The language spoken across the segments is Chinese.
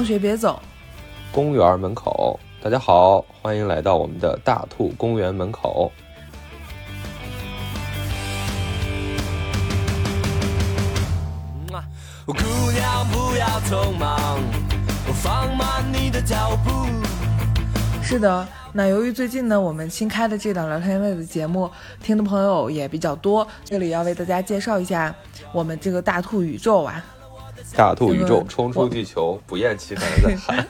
放学别走， 公园门口。大家好，欢迎来到我们的大兔公园门口。 姑娘不要匆忙，放慢你的脚步。 是的，那由于最近呢，我们新开的这档聊天类的节目，听的朋友也比较多，这里要为大家介绍一下我们这个大兔宇宙啊。 大兔宇宙冲出地球，不厌其烦的在喊。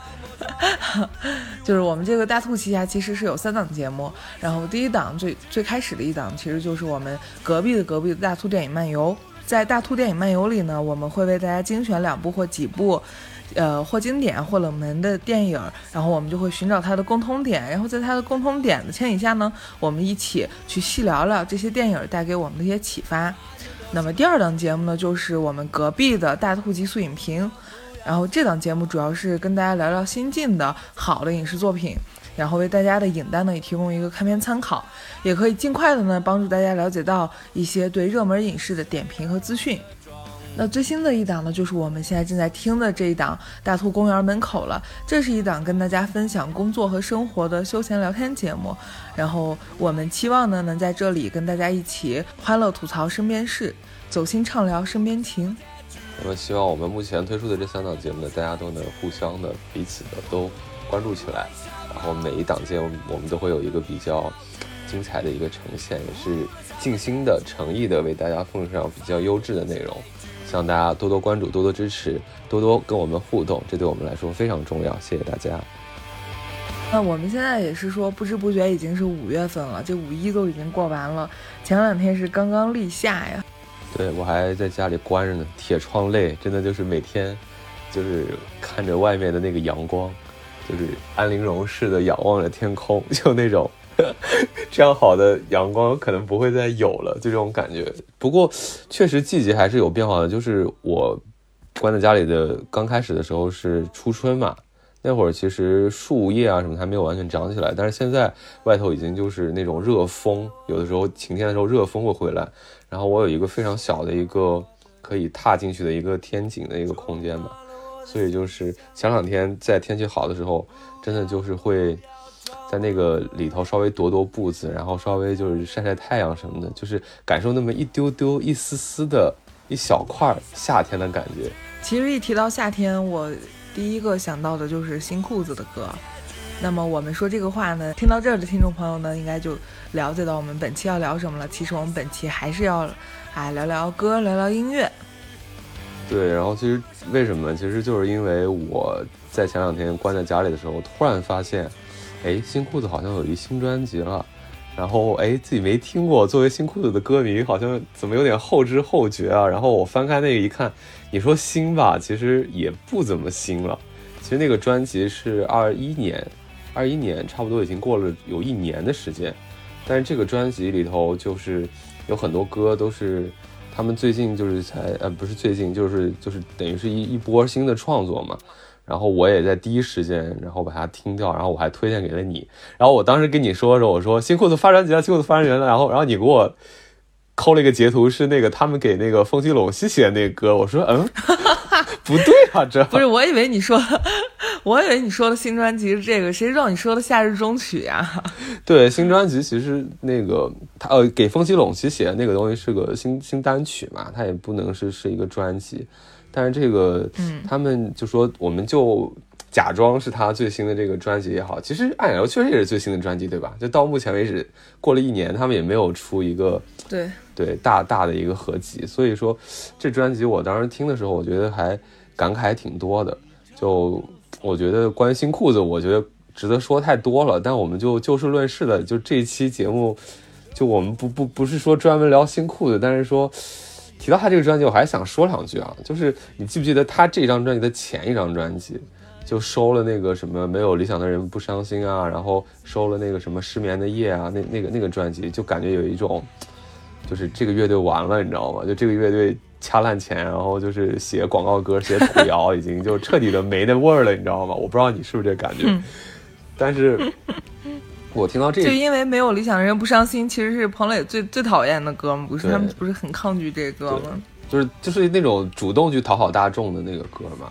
就是我们这个大兔旗下其实是有3档节目，然后第一档最开始的一档其实就是我们隔壁的大兔电影漫游。在大兔电影漫游里呢，我们会为大家精选2部或几部或经典或冷门的电影，然后我们就会寻找它的共通点，然后在它的共通点的牵引下呢，我们一起去细聊聊这些电影带给我们的一些启发。那么第2档节目呢，就是我们隔壁的大兔极速影评，然后这档节目主要是跟大家聊聊新进的好的影视作品，然后为大家的影单呢也提供一个看片参考，也可以尽快的呢帮助大家了解到一些对热门影视的点评和资讯。那最新的一档呢，就是我们现在正在听的这一档大兔公园门口了。这是一档跟大家分享工作和生活的休闲聊天节目，然后我们期望呢能在这里跟大家一起欢乐吐槽身边事，走心畅聊身边情。 那么希望我们目前推出的这3档节目呢，大家都能互相的彼此的都关注起来，然后每一档节目我们都会有一个比较精彩的一个呈现，也是尽心的诚意的为大家奉上比较优质的内容，希望大家多多关注，多多支持，多多跟我们互动，这对我们来说非常重要，谢谢大家。 那我们现在也是说不知不觉已经是5月份了，这5·1都已经过完了，前2天是刚刚立夏呀。 对，我还在家里关着呢，铁窗泪，真的就是每天就是看着外面的那个阳光，就是安陵容式的仰望着天空，就那种这样好的阳光可能不会再有了，就这种感觉。不过确实季节还是有变化的，就是我关在家里的刚开始的时候是初春嘛，那会儿其实树叶啊什么还没有完全长起来，但是现在外头已经就是那种热风，有的时候晴天的时候热风会回来，然后我有一个非常小的一个可以踏进去的一个天井的一个空间嘛，所以就是前2天在天气好的时候，真的就是会在那个里头稍微踱步子，然后稍微就是晒晒太阳什么的，就是感受那么一丢丢一丝丝的一小块夏天的感觉。 其实一提到夏天，我第一个想到的就是新裤子的歌。那么我们说这个话呢，听到这儿的听众朋友呢，应该就了解到我们本期要聊什么了。其实我们本期还是要聊聊歌，聊聊音乐。 对，然后其实为什么？其实就是因为我在前2天关在家里的时候，突然发现，新裤子好像有一新专辑了，然后自己没听过，作为新裤子的歌迷，好像怎么有点后知后觉啊。然后我翻开那个一看，你说新吧，其实也不怎么新了。其实那个专辑是21年，差不多已经过了有1年的时间，但是这个专辑里头就是有很多歌都是他们最近就是不是最近，就是等于是一波新的创作嘛。然后我也在第一时间，然后把它听掉，然后我还推荐给了你。然后我当时跟你说的时候，我说新裤子发专辑了，新裤子发专辑了，然后你给我抠了一个截图，是那个他们给那个风起陇西写的那个歌。我说不对啊，这不是，我以为你说的新专辑是这个，谁知道你说的夏日中曲呀？ 对，新专辑其实那个他给风起陇西写的那个东西是个新单曲嘛，它也不能是一个专辑。但是这个他们就说我们就假装是他最新的这个专辑也好，其实按理说确实也是最新的专辑，对吧？就到目前为止过了1年，他们也没有出一个对大的一个合集。所以说这专辑我当时听的时候，我觉得还感慨挺多的。就我觉得关于新裤子，我觉得值得说太多了，但我们就事论事的，就这一期节目，就我们不是说专门聊新裤子，但是说提到他这个专辑，我还想说2句啊，就是你记不记得他这张专辑的前一张专辑就收了那个什么没有理想的人不伤心啊，然后收了那个什么失眠的夜啊，那个专辑就感觉有一种就是这个乐队完了，你知道吗？就这个乐队掐烂钱，然后就是写广告歌写土谣，已经就彻底的没那味儿了，你知道吗？我不知道你是不是这感觉，但是我听到这个， 就因为没有理想的人不伤心，其实是彭磊最讨厌的歌吗？不是，他们不是很抗拒这个歌吗？ 就是那种主动去讨好大众的那个歌嘛。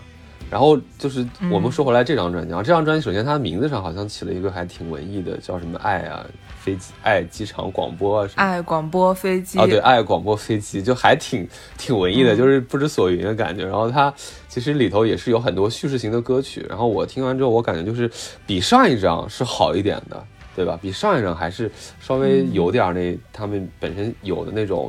然后就是我们说回来这张专辑，这张专辑首先它的名字上好像起了一个还挺文艺的，叫什么爱啊飞机爱机场广播啊， 爱广播飞机对，爱广播飞机，就还挺文艺的，就是不知所云的感觉。然后它其实里头也是有很多叙事型的歌曲，然后我听完之后我感觉就是比上一张是好一点的，对吧？比上一张还是稍微有点他们本身有的那种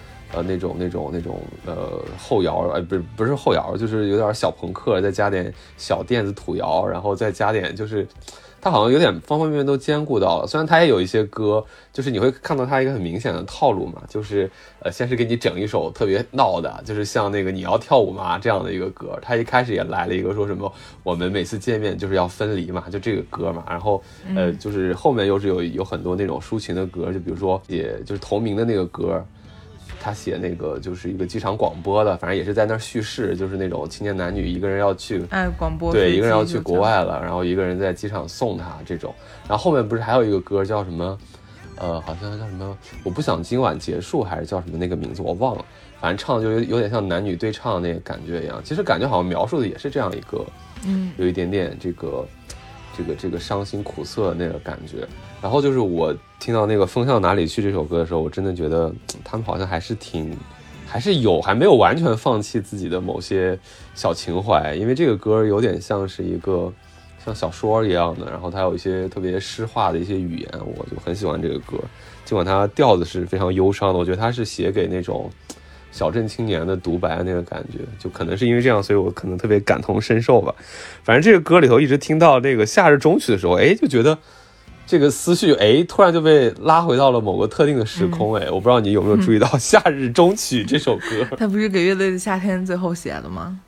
后摇，不是后摇，就是有点小朋克，再加点小电子土摇，然后再加点就是它好像有点方方面面都兼顾到了。虽然它也有一些歌，就是你会看到它一个很明显的套路嘛，就是先是给你整一首特别闹的，就是像那个你要跳舞吗这样的一个歌，它一开始也来了一个说什么我们每次见面就是要分离嘛，就这个歌嘛，然后就是后面又是有很多那种抒情的歌，就比如说也就是同名的那个歌。他写那个就是一个机场广播的，反正也是在那儿叙事，就是那种青年男女一个人要去广播， 对，一个人要去国外了，然后一个人在机场送他这种。然后后面不是还有一个歌叫什么好像叫什么我不想今晚结束还是叫什么那个名字我忘了，反正唱就有点像男女对唱那个感觉一样。其实感觉好像描述的也是这样一个有一点点这个伤心苦涩的那个感觉。然后就是我听到那个风向哪里去这首歌的时候，我真的觉得他们好像还没有完全放弃自己的某些小情怀，因为这个歌有点像是一个像小说一样的，然后它有一些特别诗化的一些语言，我就很喜欢这个歌。尽管它调子是非常忧伤的，我觉得它是写给那种小镇青年的独白的那个感觉，就可能是因为这样，所以我可能特别感同身受吧。反正这个歌里头一直听到这个夏日中曲的时候，就觉得这个思绪突然就被拉回到了某个特定的时空。我不知道你有没有注意到夏日中曲这首歌， 他不是给乐队的夏天最后写的吗？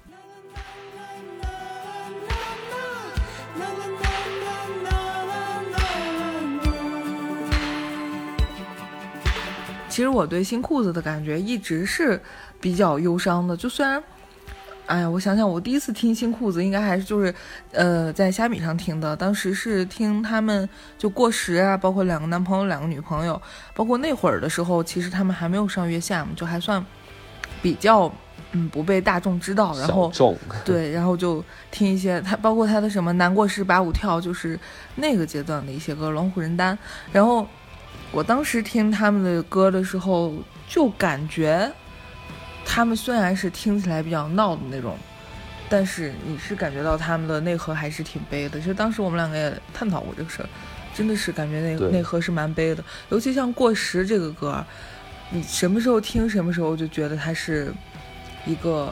其实我对新裤子的感觉一直是比较忧伤的，就虽然我想想，我第一次听新裤子应该还是就是在虾米上听的，当时是听他们就过时啊，包括2个男朋友2个女朋友，包括那会儿的时候其实他们还没有上月下嘛，就还算比较不被大众知道，然后小众对，然后就听一些他包括他的什么难过时把舞跳，就是那个阶段的一些歌，龙虎人丹。然后我当时听他们的歌的时候就感觉他们虽然是听起来比较闹的那种，但是你是感觉到他们的内核还是挺悲的。其实当时我们2个也探讨过这个事儿，真的是感觉内核是蛮悲的。尤其像过时这个歌，你什么时候听什么时候就觉得它是一个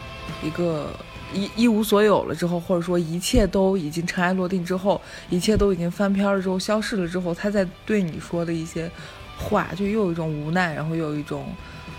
一无所有了之后，或者说一切都已经尘埃落定之后，一切都已经翻篇了之后，消逝了之后，他在对你说的一些话，就又有一种无奈，然后又有一种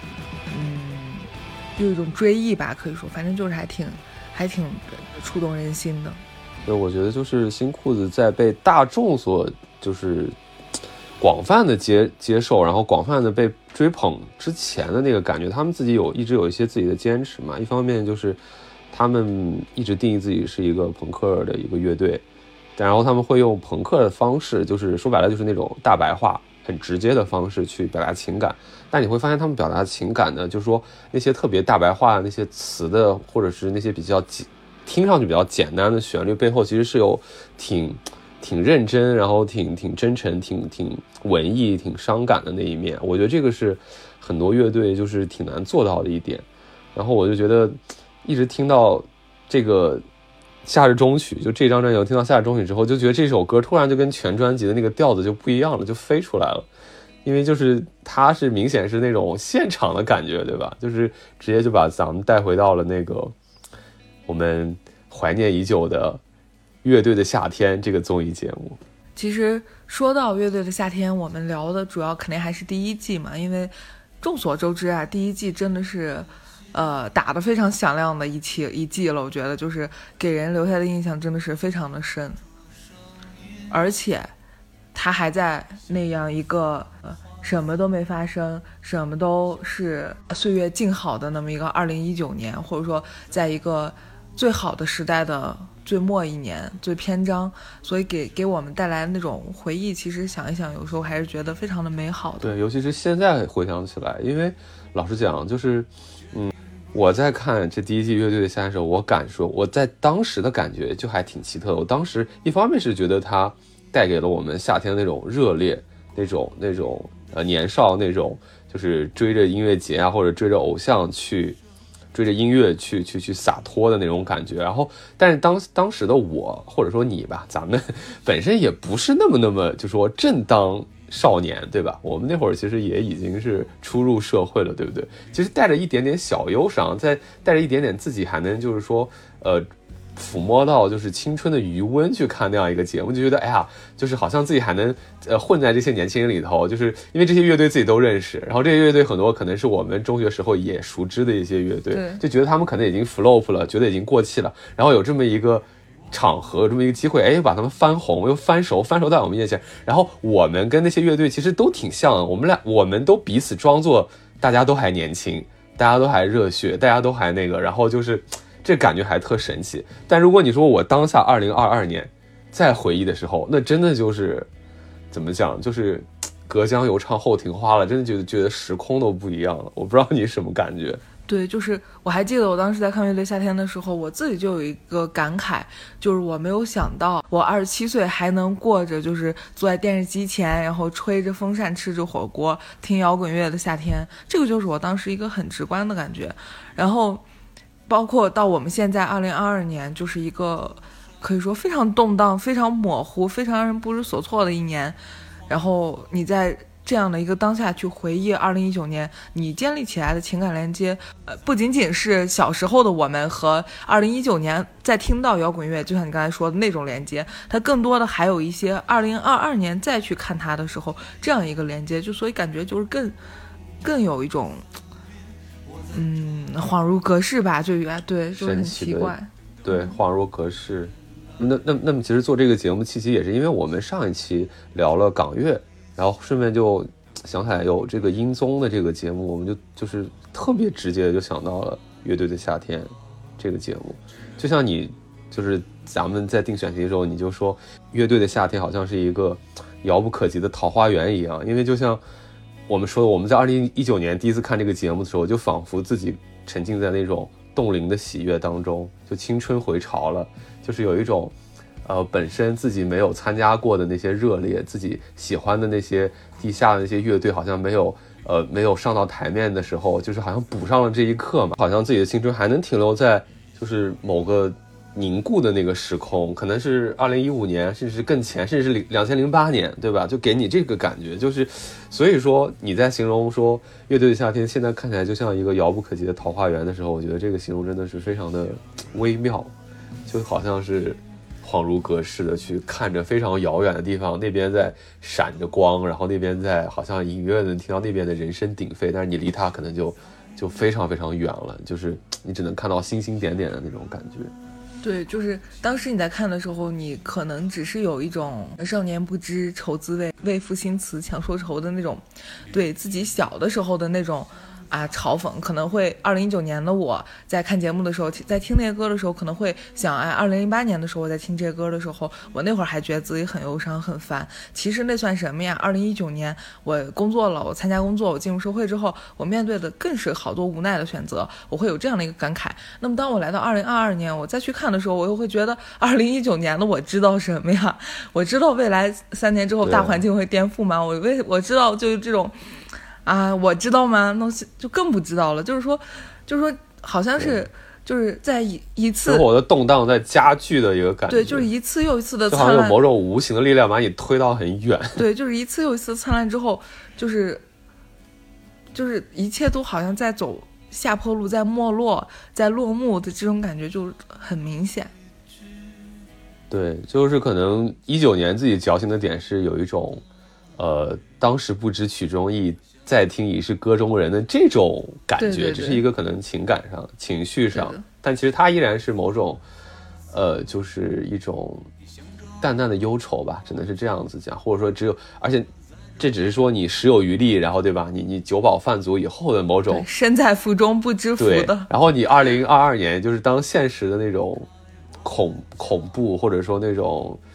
追忆吧，可以说，反正就是还挺触动人心的。 对，我觉得就是新裤子在被大众所就是广泛的接受，然后广泛的被追捧之前的那个感觉，他们自己一直有一些自己的坚持嘛。一方面就是他们一直定义自己是一个朋克的一个乐队，然后他们会用朋克的方式，就是说白了就是那种大白话很直接的方式去表达情感。但你会发现他们表达情感呢，就是说那些特别大白话的那些词的，或者是那些比较听上去比较简单的旋律背后，其实是有挺认真，然后挺真诚，挺文艺，挺伤感的那一面。我觉得这个是很多乐队就是挺难做到的一点。然后我就觉得一直听到这个夏日中曲，就这张专辑听到夏日中曲之后，就觉得这首歌突然就跟全专辑的那个调子就不一样了，就飞出来了。因为就是它是明显是那种现场的感觉，对吧？就是直接就把咱们带回到了那个我们怀念已久的乐队的夏天这个综艺节目。 其实说到乐队的夏天，我们聊的主要肯定还是第1季嘛，因为众所周知啊，第1季真的是打得非常响亮的一季了，我觉得就是给人留下的印象真的是非常的深，而且他还在那样一个什么都没发生，什么都是岁月静好的那么一个2019年，或者说在一个最好的时代的最末一年，最篇章，所以给我们带来的那种回忆，其实想一想有时候还是觉得非常的美好的。 对，尤其是现在回想起来，因为老实讲就是我在看这第一季乐队的夏天的时候，我在当时的感觉就还挺奇特的。我当时一方面是觉得它带给了我们夏天那种热烈，那种年少那种，就是追着音乐节啊，或者追着偶像去追着音乐去洒脱的那种感觉。然后，但是当时的我或者说你吧，咱们本身也不是那么就说正当少年，对吧？我们那会儿其实也已经是初入社会了，对不对？其实带着一点点小忧伤，再带着一点点自己还能就是说抚摸到就是青春的余温去看那样一个节目，就觉得哎呀，就是好像自己还能混在这些年轻人里头，就是因为这些乐队自己都认识，然后这些乐队很多可能是我们中学时候也熟知的一些乐队，就觉得他们可能已经 flop 了，觉得已经过气了，然后有这么一个场合，这么一个机会，哎，把他们翻红，又翻熟在我们面前。然后我们跟那些乐队其实都挺像，我们都彼此装作大家都还年轻，大家都还热血，大家都还那个，然后就是这感觉还特神奇。但如果你说我当下2022年再回忆的时候，那真的就是怎么讲，就是隔江犹唱后庭花了，真的觉得时空都不一样了。我不知道你什么感觉。 对，就是我还记得我当时在看乐队夏天的时候，我自己就有一个感慨，就是我没有想到我27岁还能过着就是坐在电视机前，然后吹着风扇吃着火锅听摇滚乐的夏天，这个就是我当时一个很直观的感觉。然后包括到我们现在2022年，就是一个可以说非常动荡、非常模糊、非常让人不知所措的一年。然后你在这样的一个当下去回忆2019年你建立起来的情感连接，不仅仅是小时候的我们和2019年在听到摇滚乐，就像你刚才说的那种连接，它更多的还有一些2022年再去看它的时候这样一个连接，就所以感觉就是更有一种恍如隔世吧，对，就很奇怪。 对，恍如隔世。那么其实做这个节目契机也是因为我们上一期聊了港乐，然后顺便就想起来有这个音综的这个节目，我们就是特别直接的就想到了乐队的夏天这个节目。就像你就是咱们在定选题的时候，你就说乐队的夏天好像是一个遥不可及的桃花源一样，因为就像我们说的，我们在2019年第一次看这个节目的时候，就仿佛自己沉浸在那种冻龄的喜悦当中，就青春回潮了，就是有一种本身自己没有参加过的那些热烈，自己喜欢的那些地下的那些乐队好像没有上到台面的时候，就是好像补上了这一刻嘛，好像自己的青春还能停留在就是某个凝固的那个时空，可能是2015年，甚至是更前，甚至是2008年，对吧？就给你这个感觉，就是所以说你在形容说乐队的夏天现在看起来就像一个遥不可及的桃花源的时候，我觉得这个形容真的是非常的微妙，就好像是恍如隔世的去看着非常遥远的地方，那边在闪着光，然后那边在好像隐约能听到那边的人声鼎沸，但是你离它可能就非常非常远了，就是你只能看到星星点点的那种感觉。 对，就是当时你在看的时候，你可能只是有一种少年不知愁滋味，为赋新词强说愁的那种，对自己小的时候的那种嘲讽。可能会2019年的我在看节目的时候，在听那些歌的时候，可能会想2008年的时候我在听这些歌的时候，我那会儿还觉得自己很忧伤很烦，其实那算什么呀？2019年我工作了，我参加工作，我进入社会之后，我面对的更是好多无奈的选择，我会有这样的一个感慨。那么当我来到2022年我再去看的时候，我又会觉得2019年的我知道什么呀？我知道未来3年之后大环境会颠覆吗？我知道就是这种我知道吗？那就更不知道了。就是说好像是就是在一次生活的动荡在加剧的一个感觉。 对，就是一次又一次的灿烂， 就好像有某种无形的力量把你推到很远。 对，就是一次又一次灿烂之后，就是一切都好像在走下坡路，在没落，在落幕的这种感觉就很明显。 对，就是可能19年自己矫情的点是有一种当时不知曲中意，再听已是歌中人的这种感觉， 对， 只是一个可能情感上情绪上，但其实它依然是某种就是一种淡淡的忧愁吧，只能是这样子讲，或者说而且这只是说你时有余力，然后对吧，你酒饱饭足以后的某种身在福中不知福的。 然后你2022年就是当现实的那种恐怖，或者说那种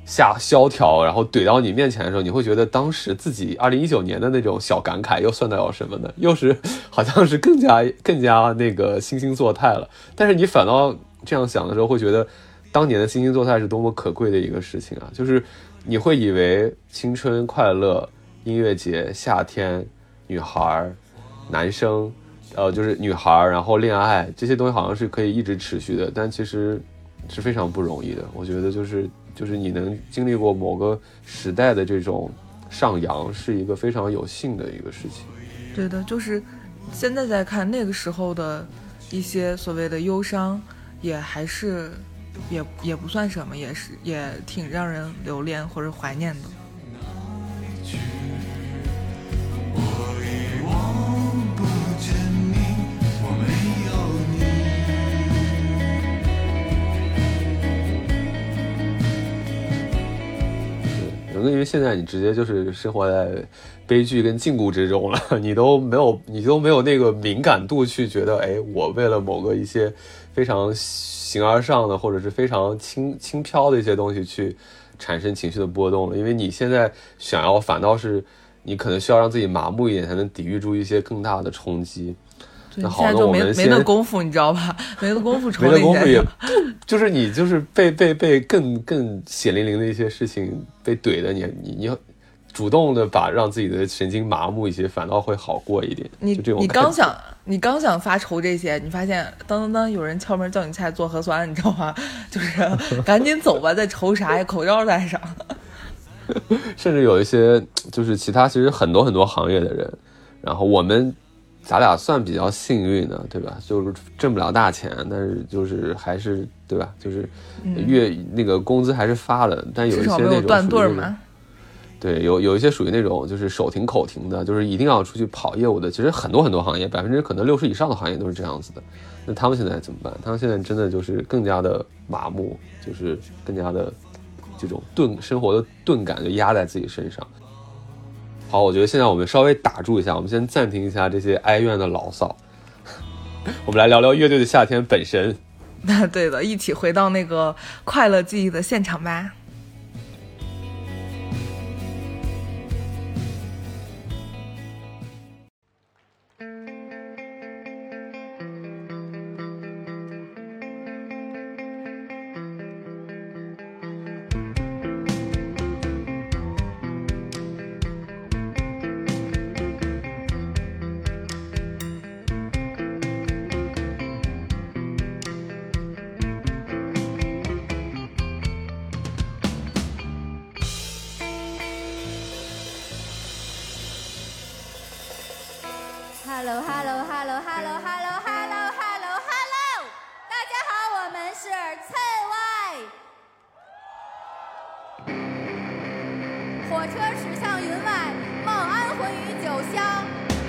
萧条，然后怼到你面前的时候，你会觉得当时自己2019年的那种小感慨又算得了什么呢？又是好像是更加那个惺惺作态了。但是你反倒这样想的时候，会觉得当年的惺惺作态是多么可贵的一个事情啊！就是你会以为青春快乐、音乐节、夏天、女孩、男生，就是女孩，然后恋爱这些东西好像是可以一直持续的，但其实是非常不容易的。我觉得就是你能经历过某个时代的这种上扬，是一个非常有幸的一个事情。 对的，就是现在在看那个时候的一些所谓的忧伤，也还是也不算什么，也挺让人留恋或者怀念的。 因为现在你直接就是生活在悲剧跟禁锢之中了，你都没有那个敏感度去觉得，哎，我为了某个一些非常形而上的或者是非常轻飘的一些东西去产生情绪的波动了。因为你现在想要反倒是你可能需要让自己麻木一点，才能抵御住一些更大的冲击。 对，现在就没那功夫，你知道吧？没那功夫抽那些， 没那功夫也就是你就是被更血淋淋的一些事情被怼的，你主动的把让自己的神经麻木一些，反倒会好过一点。 你刚想发愁这些，你发现当有人敲门叫你起来做核酸，你知道吗？就是赶紧走吧，再愁啥呀？口罩戴上。 甚至有一些就是其他其实很多行业的人，然后咱俩算比较幸运的，对吧？就是挣不了大钱，但是就是还是对吧？就是那个工资还是发的，但有一些那种至少没有断顿嘛。 对，有一些属于那种就是手停口停的，就是一定要出去跑业务的。其实很多行业可能60%以上的行业都是这样子的。那他们现在怎么办？他们现在真的就是更加的麻木，就是更加的这种生活的钝感就压在自己身上。好，我觉得现在我们稍微打住一下，我们先暂停一下这些哀怨的牢骚，我们来聊聊乐队的夏天本身。 那对的，一起回到那个快乐记忆的现场吧。 大家好，我们是刺猬。火车驶向云外，梦安魂于九霄。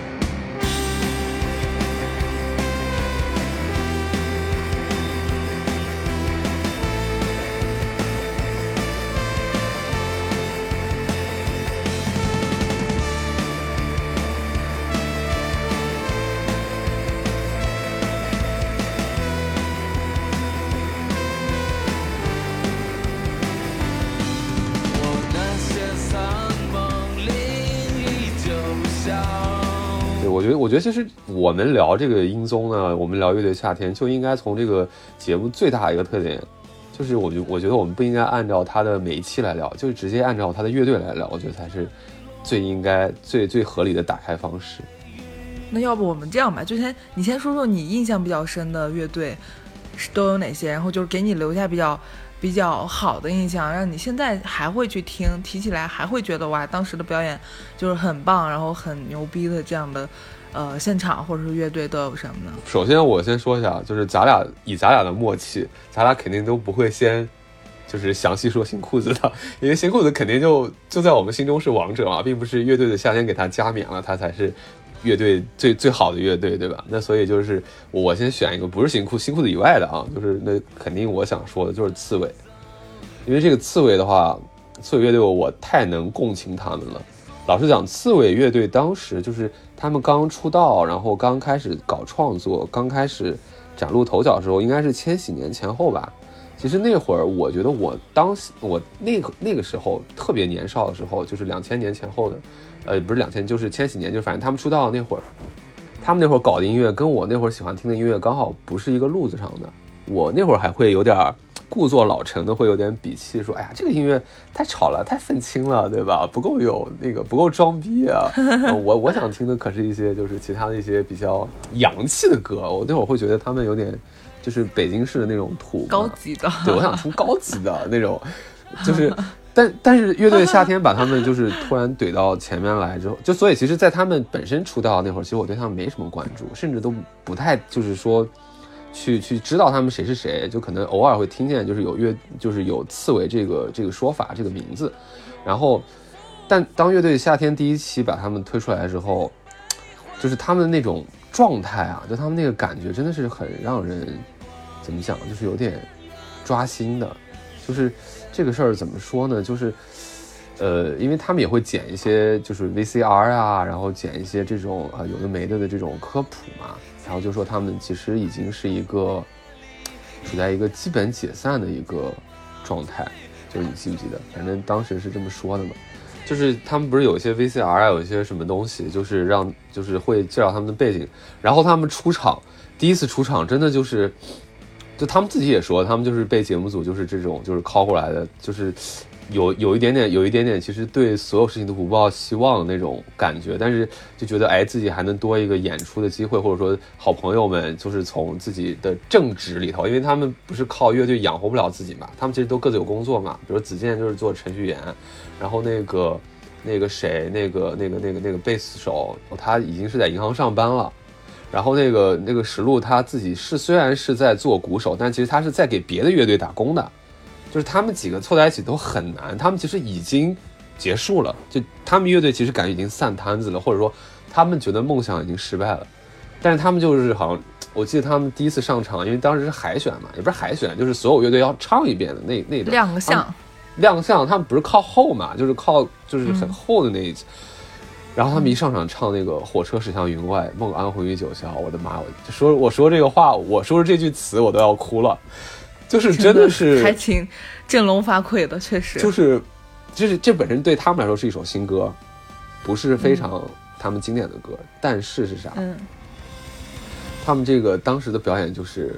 我觉得其实我们聊这个音综呢，我们聊乐队夏天就应该从这个节目最大一个特点，就是我觉得我们不应该按照他的每一期来聊，就是直接按照他的乐队来聊，我觉得才是最应该最合理的打开方式。 那要不我们这样吧，你先说说你印象比较深的乐队都有哪些，然后就是给你留下比较好的印象，让你现在还会去听，提起来还会觉得哇，当时的表演就是很棒，然后很牛逼的这样的现场或者是乐队都有什么呢？ 首先我先说一下，就是咱俩的默契，咱俩肯定都不会先就是详细说新裤子的，因为新裤子肯定就在我们心中是王者嘛，并不是乐队的夏天给他加冕了，他才是乐队最好的乐队，对吧？那所以就是我先选一个不是新裤子以外的啊，就是那肯定我想说的就是刺猬，因为这个刺猬的话，刺猬乐队我太能共情他们了。老实讲，刺猬乐队当时就是他们刚出道，然后刚开始搞创作，刚开始崭露头角的时候，应该是千禧年前后吧。 其实那会儿我觉得我那个时候特别年少的时候，就是2000年前后的，不是2000，就是千禧年，就反正他们出道的那会儿，他们那会儿搞的音乐跟我那会儿喜欢听的音乐刚好不是一个路子上的。我那会儿还会有点故作老成的，会有点鄙弃，说哎呀这个音乐太吵了，太愤青了，对吧？不够有那个，不够装逼啊。我想听的可是一些就是其他的一些比较洋气的歌。我那会儿会觉得他们有点就是北京市的那种土高级的， 对，我想听高级的那种，就是但是乐队夏天把他们就是突然怼到前面来之后，就所以其实在他们本身出道那会儿，其实我对他们没什么关注，甚至都不太就是说去知道他们谁是谁，就可能偶尔会听见就是有刺猬这个说法这个名字。然后但当乐队夏天第一期把他们推出来之后，就是他们那种状态啊，就他们那个感觉真的是很让人怎么讲，就是有点抓心的。就是这个事儿怎么说呢，就是因为他们也会剪一些就是 VCR 啊，然后剪一些这种有的没的的这种科普嘛，然后就说他们其实已经是一个处在一个基本解散的一个状态，就是你记不记得？反正当时是这么说的嘛。就是他们不是有一些 VCR 啊，有一些什么东西，就是会介绍他们的背景，然后他们出场第一次出场真的就他们自己也说，他们就是被节目组就是这种就是拷过来的，就是有一点点其实对所有事情都不抱希望的那种感觉，但是就觉得哎自己还能多一个演出的机会，或者说好朋友们就是从自己的正职里头，因为他们不是靠乐队养活不了自己嘛，他们其实都各自有工作嘛，比如子健就是做程序员，然后那个谁那个贝斯手他已经是在银行上班了。然后那个石路他自己虽然是在做鼓手，但其实他是在给别的乐队打工的，就是他们几个凑在一起都很难，他们其实已经结束了，就他们乐队其实感觉已经散摊子了，或者说他们觉得梦想已经失败了，但是他们就是好像我记得他们第一次上场，因为当时是海选嘛，也不是海选，就是所有乐队要唱一遍的那段亮相，他们不是靠后嘛，就是靠就是很后的那一次。然后他们一上场唱那个火车驶向云外，梦安魂于九霄，我的妈！我说这个话，我说这句词我都要哭了，就是真的是还挺振聋发聩的，确实就是这本身对他们来说是一首新歌，不是非常他们经典的歌，但是是啥？他们这个当时的表演就是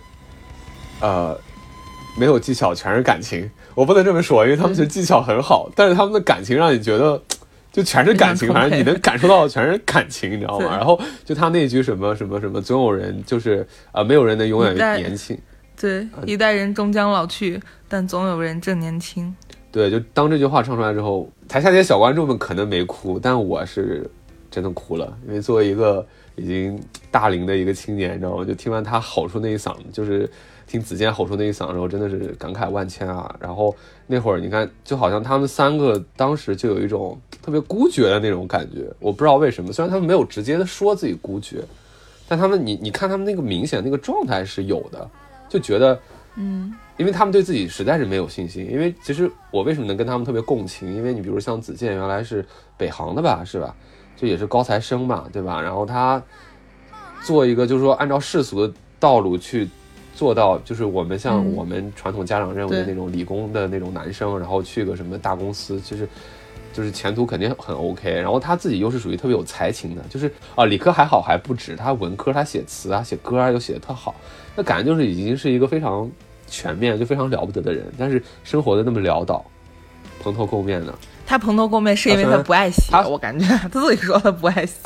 没有技巧，全是感情。我不能这么说，因为他们其实技巧很好，但是他们的感情让你觉得就全是感情，反正你能感受到的全是感情，你知道吗？然后就他那句什么什么什么，总有人就是没有人能永远年轻。 对，一代人终将老去，但总有人正年轻。 对，就当这句话唱出来之后，台下那些小观众们可能没哭，但我是真的哭了，因为作为一个已经大龄的一个青年，你知道吗？就听完他吼出那一嗓，就是听子健吼出那一嗓，然后真的是感慨万千啊。然后那会儿你看，就好像他们三个当时就有一种特别孤绝的那种感觉，我不知道为什么，虽然他们没有直接的说自己孤绝，但他们你看他们那个明显那个状态是有的，就觉得因为他们对自己实在是没有信心。因为其实我为什么能跟他们特别共情，因为你比如像子健原来是北航的吧，是吧，就也是高材生嘛，对吧，然后他做一个就是说按照世俗的道路去做到，就是我们像我们传统家长认为的那种理工的那种男生，然后去个什么大公司，就是前途肯定很 OK。然后他自己又是属于特别有才情的，就是理科还好还不止，他文科他写词啊写歌啊又写得特好，那感觉就是已经是一个非常全面就非常了不得的人，但是生活的那么潦倒，蓬头垢面的。 他蓬头垢面是因为他不爱洗，我感觉他自己说他不爱洗。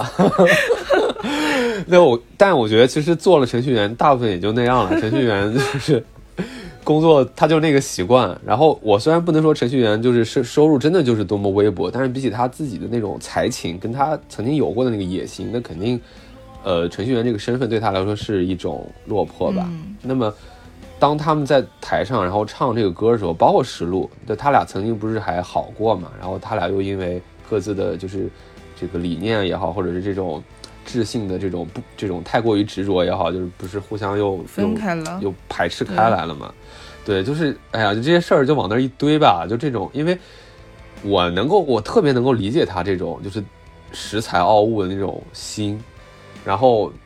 但我觉得其实做了程序员大部分也就那样了，程序员就是工作他就那个习惯。然后我虽然不能说程序员就是收入真的就是多么微薄，但是比起他自己的那种才情跟他曾经有过的那个野心，那肯定程序员这个身份对他来说是一种落魄吧。那么当他们在台上然后唱这个歌的时候，包括石路，他俩曾经不是还好过嘛，然后他俩又因为各自的就是这个理念也好，或者是这种智性的这种太过于执着也好，就是不是互相又分开了， 又排斥开来了嘛。对，就是哎呀，就这些事儿就往那儿一堆吧，就这种，因为我特别能够理解他这种就是恃才傲物的那种心，然后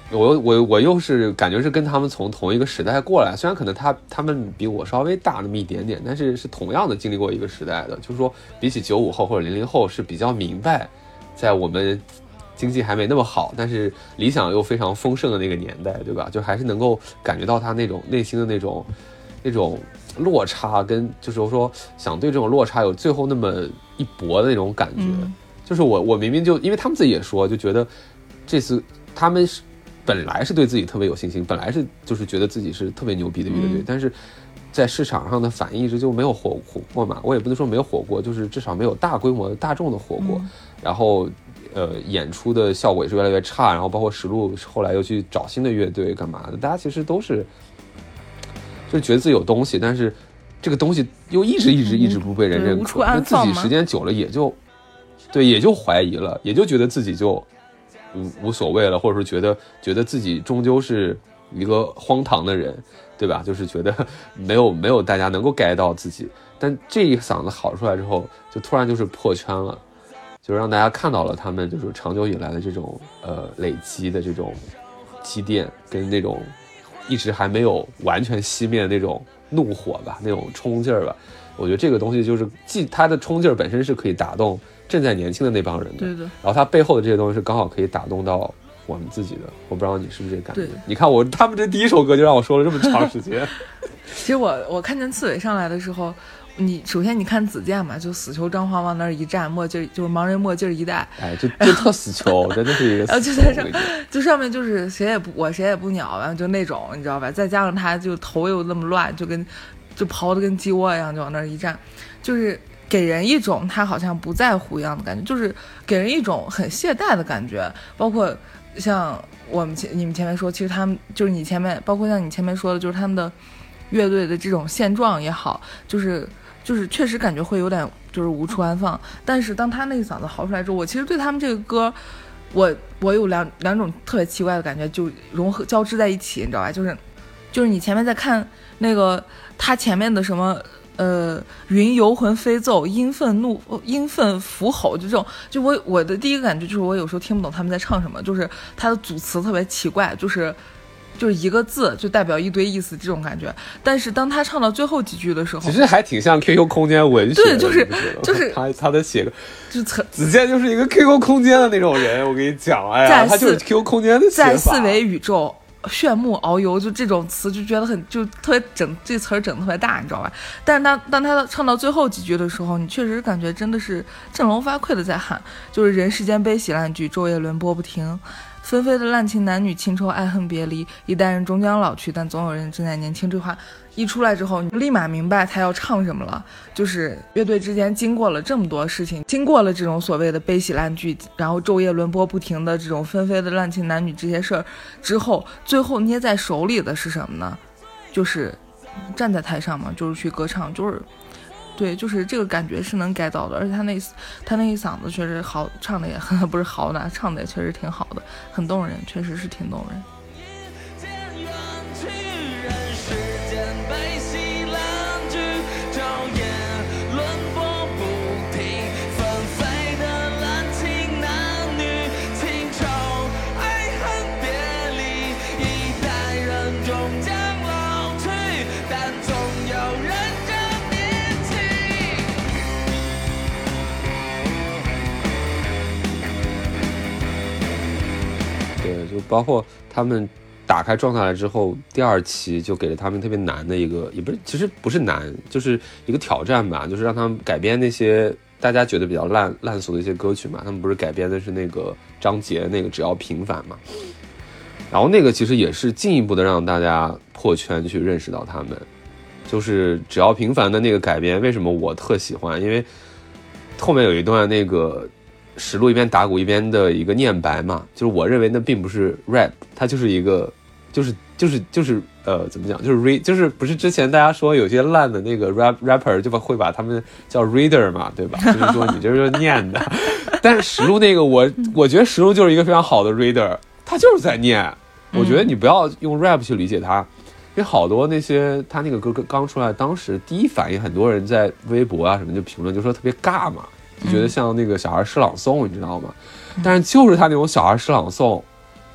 我又是感觉是跟他们从同一个时代过来，虽然可能他们比我稍微大那么一点点，但是同样的经历过一个时代的，就是说比起95后或者00后是比较明白，在我们经济还没那么好，但是理想又非常丰盛的那个年代，对吧？就还是能够感觉到他那种内心的那种落差，跟就是说想对这种落差有最后那么一搏的那种感觉。就是我明明就因为他们自己也说，就觉得这次他们本来是对自己特别有信心，本来是就是觉得自己是特别牛逼的乐队，但是在市场上的反应一直就没有火过嘛。我也不能说没有火过，就是至少没有大规模的大众的火过。然后演出的效果也是越来越差，然后包括实录后来又去找新的乐队干嘛的，大家其实都是就是觉得自己有东西，但是这个东西又一直不被人认可，那自己时间久了也就怀疑了，也就觉得自己就无所谓了，或者是觉得自己终究是一个荒唐的人，对吧？就是觉得没有大家能够 get 到自己。但这一嗓子好出来之后，就突然就是破圈了，就让大家看到了他们就是长久以来的这种累积的这种积淀，跟那种一直还没有完全熄灭的那种怒火吧，那种冲劲儿吧。我觉得这个东西就是既它的冲劲儿本身是可以打动正在年轻的那帮人的， 对的， 然后它背后的这些东西是刚好可以打动到我们自己的。我不知道你是不是这个感觉？你看他们这第一首歌就让我说了这么长时间。 其实我看见刺猬上来的时候，你首先你看子健嘛，就死囚张皇往那儿一站，墨镜就是盲人墨镜一戴， 哎，就特死囚，真的是一个死囚。 然后就在上，就上面就是谁也不鸟吧，就那种你知道吧？再加上他就头又那么乱，就刨的跟鸡窝一样，就往那儿一站，就是给人一种他好像不在乎一样的感觉，就是给人一种很懈怠的感觉。包括像你们前面说，其实他们就是你前面，包括像你前面说的，就是他们的乐队的这种现状也好，就是确实感觉会有点就是无处安放。但是当他那个嗓子嚎出来之后，我其实对他们这个歌，我有两种特别奇怪的感觉，就融合交织在一起，你知道吧？就是你前面在看那个他前面的什么云游魂飞奏，阴愤符吼，就这种，就我的第一个感觉就是我有时候听不懂他们在唱什么，就是他的组词特别奇怪，就是一个字就代表一堆意思这种感觉。但是当他唱到最后几句的时候， 其实还挺像 QQ 空间文学的。 对，就是他的写个，子健就是一个 QQ 空间的那种人，我跟你讲，哎呀，他就是 QQ 空间的写法， 在四维宇宙炫目遨游，就这种词就觉得就特别整，这词儿整得特别大，你知道吧？但是当他唱到最后几句的时候，你确实感觉真的是振聋发聩的在喊，就是人世间悲喜烂剧，昼夜轮播不停，纷飞的滥情男女，情仇爱恨别离，一代人终将老去，但总有人正在年轻。这话一出来之后，你立马明白他要唱什么了。就是乐队之间经过了这么多事情，经过了这种所谓的悲喜烂剧，然后昼夜轮播不停的这种纷飞的滥情男女这些事儿之后，最后捏在手里的是什么呢？就是站在台上嘛，就是去歌唱，对，就是这个感觉是能 get 到的。而且他那一嗓子确实好，唱的也不是好的，唱的也确实挺好的，很动人，确实是挺动人。 就包括他们打开状态来之后，第二期就给了他们特别难的一个，也不是，其实不是难，就是一个挑战吧，就是让他们改编那些大家觉得比较烂俗的一些歌曲嘛。他们不是改编的是那个张杰那个只要平凡嘛，然后那个其实也是进一步的让大家破圈去认识到他们，就是只要平凡的那个改编，为什么我特喜欢？因为后面有一段那个实录一边打鼓一边的一个念白嘛，就是我认为那并不是 rap， 它就是一个就是怎么讲，就是不是之前大家说有些烂的那个 rapper 就会把他们叫 reader 嘛，对吧？就是说你这是念的，但是实录那个我觉得实录就是一个非常好的 reader， 他就是在念。我觉得你不要用 rap 去理解他，因为好多那些他那个歌刚出来，当时第一反应很多人在微博啊什么就评论就说特别尬嘛。就觉得像那个小孩诗朗诵，你知道吗？但是就是他那种小孩诗朗诵，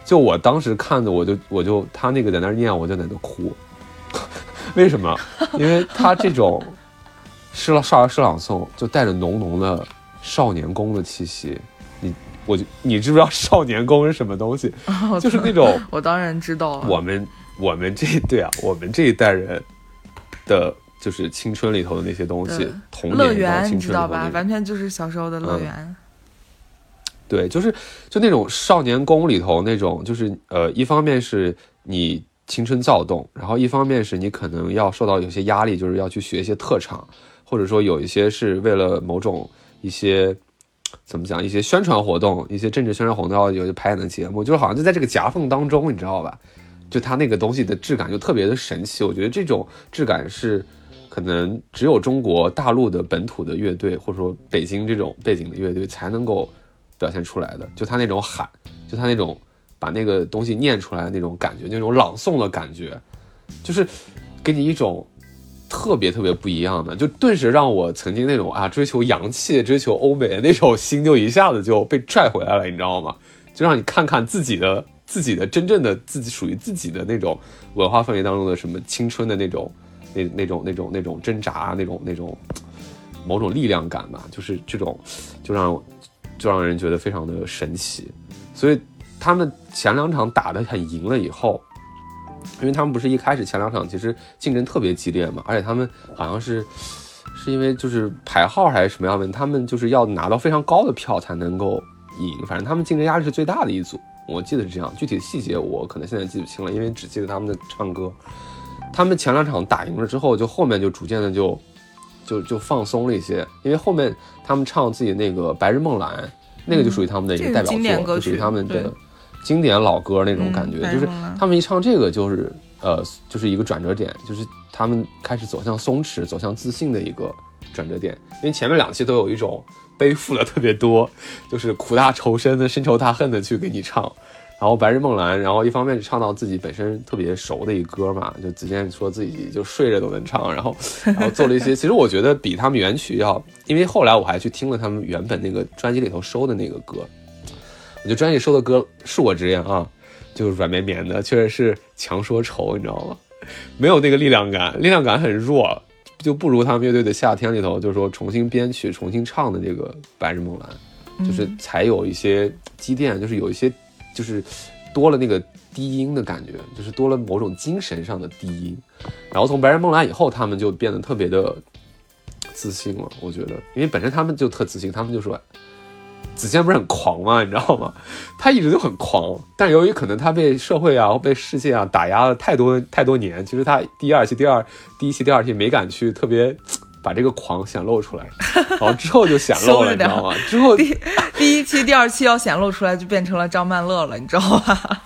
就我当时看的，我就他那个在那念，我就在那哭。为什么？因为他这种诗朗诵就带着浓浓的少年宫的气息。你知不知道少年宫是什么东西？就是那种我当然知道。 我们这一代人的就是青春里头的那些东西，童年乐园青春你知道吧？完全就是小时候的乐园。 对，就那种少年宫里头那种，就是一方面是你青春躁动，然后一方面是你可能要受到有些压力，就是要去学一些特长，或者说有一些是为了某种一些怎么讲，一些宣传活动，一些政治宣传活动要有些排演的节目，就是好像就在这个夹缝当中，你知道吧？就它那个东西的质感就特别的神奇，我觉得这种质感是可能只有中国大陆的本土的乐队，或者说北京这种背景的乐队才能够表现出来的。就他那种喊，就他那种把那个东西念出来的那种感觉，那种朗诵的感觉，就是给你一种特别特别不一样的，就顿时让我曾经那种追求洋气、追求欧美的那种心就一下子就被拽回来了，你知道吗？就让你看看自己的真正的自己属于自己的那种文化氛围当中的什么青春的那种挣扎，那种某种力量感吧，就是这种就让人觉得非常的神奇。所以他们前2场打得很赢了以后，因为他们不是一开始前2场其实竞争特别激烈嘛，而且他们好像是因为就是排号还是什么样的，他们就是要拿到非常高的票才能够赢，反正他们竞争压力是最大的一组，我记得是这样，具体的细节我可能现在记不清了，因为只记得他们的唱歌。他们前2场打赢了之后，就后面就逐渐的就放松了一些，因为后面他们唱自己那个《白日梦蓝》，那个就属于他们的一个代表作，就属于他们的经典老歌那种感觉，就是他们一唱这个就是一个转折点，就是他们开始走向松弛、走向自信的一个转折点。因为前面2期都有一种背负了特别多，就是苦大仇深的、深仇大恨的去给你唱。然后白日梦蓝，然后一方面是唱到自己本身特别熟的一歌嘛，就子健说自己就睡着都能唱，然后做了一些，其实我觉得比他们原曲要，因为后来我还去听了他们原本那个专辑里头收的那个歌，我觉得专辑里收的歌恕我直言啊，就是软绵绵的，确实是强说愁，你知道吗？没有那个力量感很弱，就不如他们乐队的夏天里头，就是说重新编曲、重新唱的这个白日梦蓝，就是才有一些积淀，就是有一些。就是多了那个低音的感觉，就是多了某种精神上的低音。然后从白日梦蓝以后，他们就变得特别的自信了，我觉得，因为本身他们就特自信，他们就说子健不是很狂吗？你知道吗？他一直就很狂，但是由于可能他被社会啊、被世界啊打压了太多年，其实他第一期、第二期没敢去特别把这个狂显露出来，然后之后就显露了，你知道吗？之后第1期、第2期要显露出来，就变成了张曼乐了，你知道吗？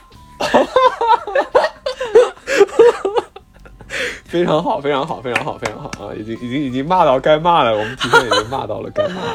非常好，非常好，非常好，非常好啊！已经骂到该骂了，我们提前已经骂到了该骂。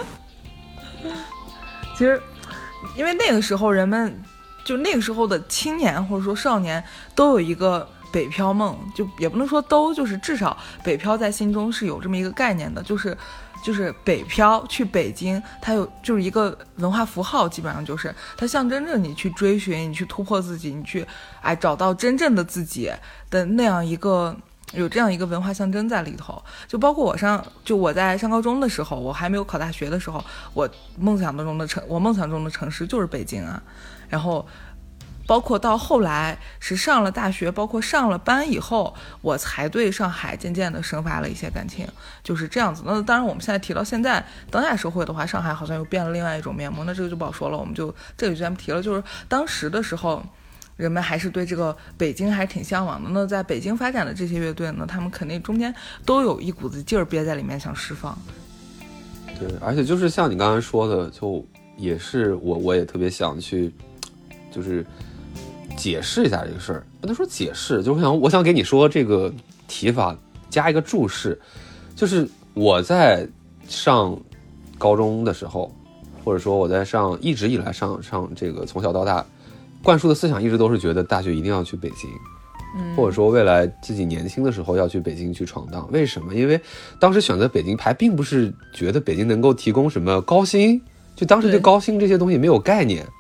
其实，因为那个时候人们，就那个时候的青年或者说少年，都有一个北漂梦，就也不能说都，就是至少北漂在心中是有这么一个概念的，就是北漂去北京，它就是一个文化符号，基本上就是它象征着你去追寻、你去突破自己、你去找到真正的自己的那样一个。有这样一个文化象征在里头，就包括我在上高中的时候，我还没有考大学的时候，我梦想中的城市就是北京啊。然后包括到后来是上了大学，包括上了班以后，我才对上海渐渐的生发了一些感情，就是这样子。那当然我们现在提到现在当下社会的话，上海好像又变了另外一种面目，那这个就不好说了，我们就这个就咱们提了，就是当时的时候人们还是对这个北京还是挺向往的。那在北京发展的这些乐队呢，他们肯定中间都有一股子劲儿憋在里面想释放。 对，而且就是像你刚才说的，就也是我也特别想去就是解释一下这个事儿，不能说解释，就是我想给你说这个提法加一个注释，就是我在上高中的时候，或者说我在一直以来上这个从小到大灌输的思想一直都是觉得大学一定要去北京，或者说未来自己年轻的时候要去北京去闯荡。为什么？因为当时选择北京还并不是觉得北京能够提供什么高薪，就当时对高薪这些东西没有概念，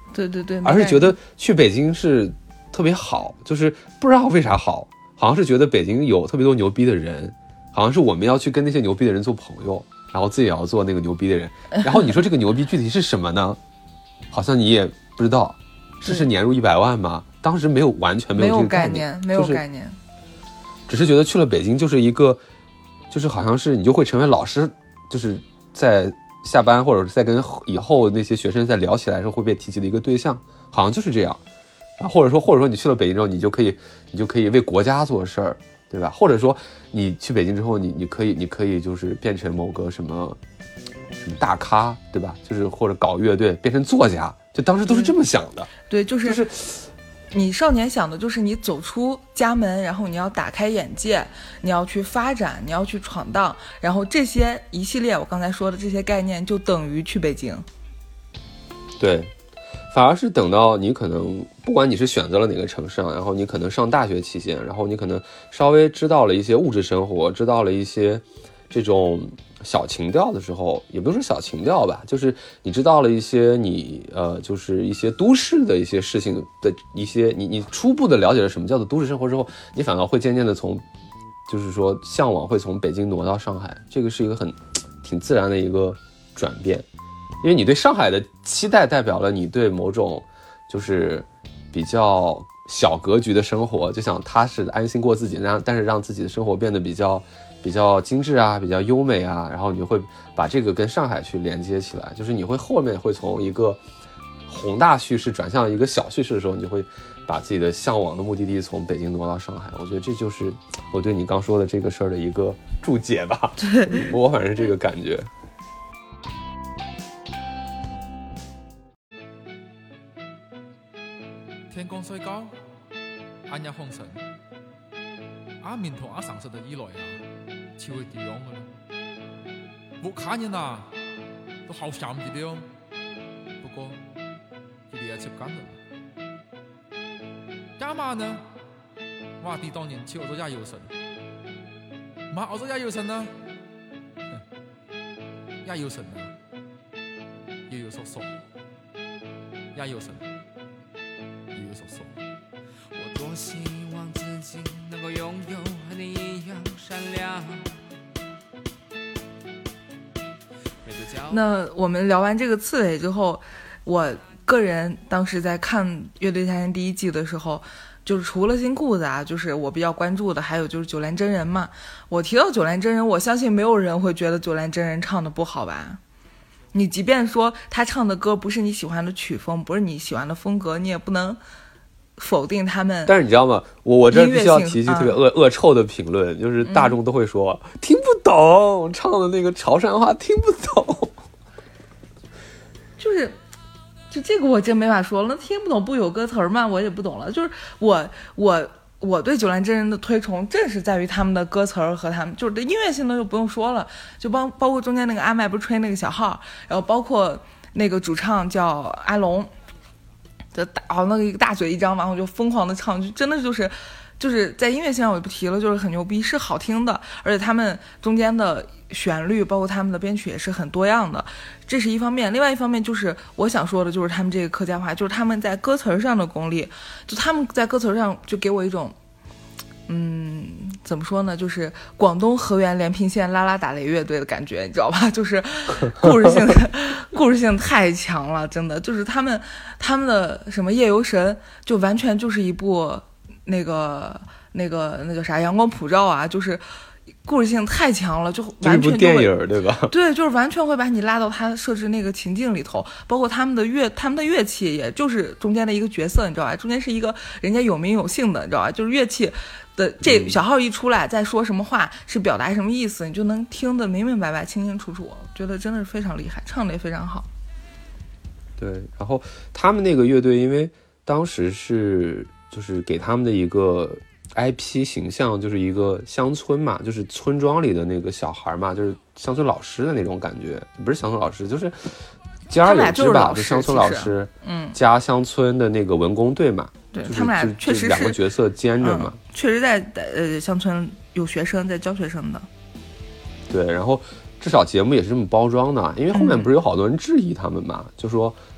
对对对， 而是觉得去北京是特别好，就是不知道为啥好，好像是觉得北京有特别多牛逼的人，好像是我们要去跟那些牛逼的人做朋友，然后自己也要做那个牛逼的人。然后你说这个牛逼具体是什么呢？好像你也不知道，是年入100万吗？当时完全没有这个概念， 没有概念， 只是觉得去了北京就是一个，就是好像是你就会成为老师，就是在下班或者是在跟以后那些学生在聊起来的时候会被提及的一个对象，好像就是这样。或者说你去了北京之后，你就可以为国家做事儿，对吧？或者说你去北京之后，你可以就是变成某个什么大咖，对吧？就是或者搞乐队，变成作家，就当时都是这么想的。 对，就是你少年想的就是你走出家门，然后你要打开眼界，你要去发展，你要去闯荡，然后这些一系列我刚才说的这些概念就等于去北京。 对，反而是等到你可能不管你是选择了哪个城市，然后你可能上大学期间，然后你可能稍微知道了一些物质生活，知道了一些这种小情调的时候，也不是说小情调吧，就是你知道了一些就是一些都市的一些事情的一些你初步的了解了什么叫做都市生活之后，你反而会渐渐的就是说向往会从北京挪到上海，这个是一个挺自然的一个转变，因为你对上海的期待代表了你对某种就是比较小格局的生活，就想踏实安心过自己，但是让自己的生活变得比较精致啊，比较优美啊，然后你就会把这个跟上海去连接起来，就是你会后面会从一个宏大叙事转向一个小叙事的时候，你就会把自己的向往的目的地从北京挪到上海。我觉得这就是我对你刚说的这个事儿的一个注解吧。对，我反正是这个感觉。 天光睡覺，暗日紅塵，阿面同阿神實的以來啊，超會點樣嘅咧？我看人啊，都好想唔啲，不過佢哋也接緊啦。加嘛呢？哇！啲當年超我都也要神，嘛我都也要神啊，也要神啊，也要叔叔，也要神。 我多希望自己能够拥有和你一样善良。 那我们聊完这个刺猬之后，我个人当时在看《乐队夏天》第1季的时候，就是除了新裤子啊，就是我比较关注的，还有就是九兰真人嘛。我提到九兰真人，我相信没有人会觉得九兰真人唱的不好吧。你即便说他唱的歌不是你喜欢的曲风，不是你喜欢的风格，你也不能否定他们。 但是你知道吗？我这必须要提一句特别恶臭的评论，就是大众都会说、听不懂，唱的那个潮汕话听不懂。 就这个我真没法说了，听不懂不有歌词吗？我也不懂了。就是我对九兰真人的推崇，正是在于他们的歌词和他们就是音乐性的就不用说了，就包括中间那个阿麦不是吹那个小号，然后包括那个主唱叫阿龙，就那个一个大嘴一张，然后就疯狂的唱，就真的就是在音乐性上我也不提了，就是很牛逼，是好听的，而且他们中间的旋律包括他们的编曲也是很多样的，这是一方面。另外一方面就是我想说的就是他们这个客家话，就是他们在歌词上的功力，就他们在歌词上就给我一种怎么说呢，就是广东河源连平县拉拉打雷乐队的感觉，你知道吧？就是故事性太强了，真的就是他们的什么夜游神就完全就是一部那个啥阳光普照啊，就是故事性太强了，就完全就会电影对吧？ 对，就是完全会把你拉到他设置那个情境里头，包括他们的乐器，也就是中间的一个角色，你知道吧？中间是一个人家有名有姓的，你知道吧？就是乐器的这小号一出来，在说什么话，是表达什么意思，你就能听得明明白白、清清楚楚。我觉得真的是非常厉害，唱得也非常好。 对，然后他们那个乐队，因为当时就是给他们的一个 IP 形象就是一个乡村嘛，就是村庄里的那个小孩嘛，就是乡村老师的那种感觉，不是乡村老师，就是兼而有之吧，就乡村老师，加乡村的那个文工队嘛， 对、 就是、 他们俩确实是两个角色兼着嘛， 确实在乡村有学生在教学生的， 对，然后至少节目也是这么包装的，因为后面不是有好多人质疑他们嘛，就说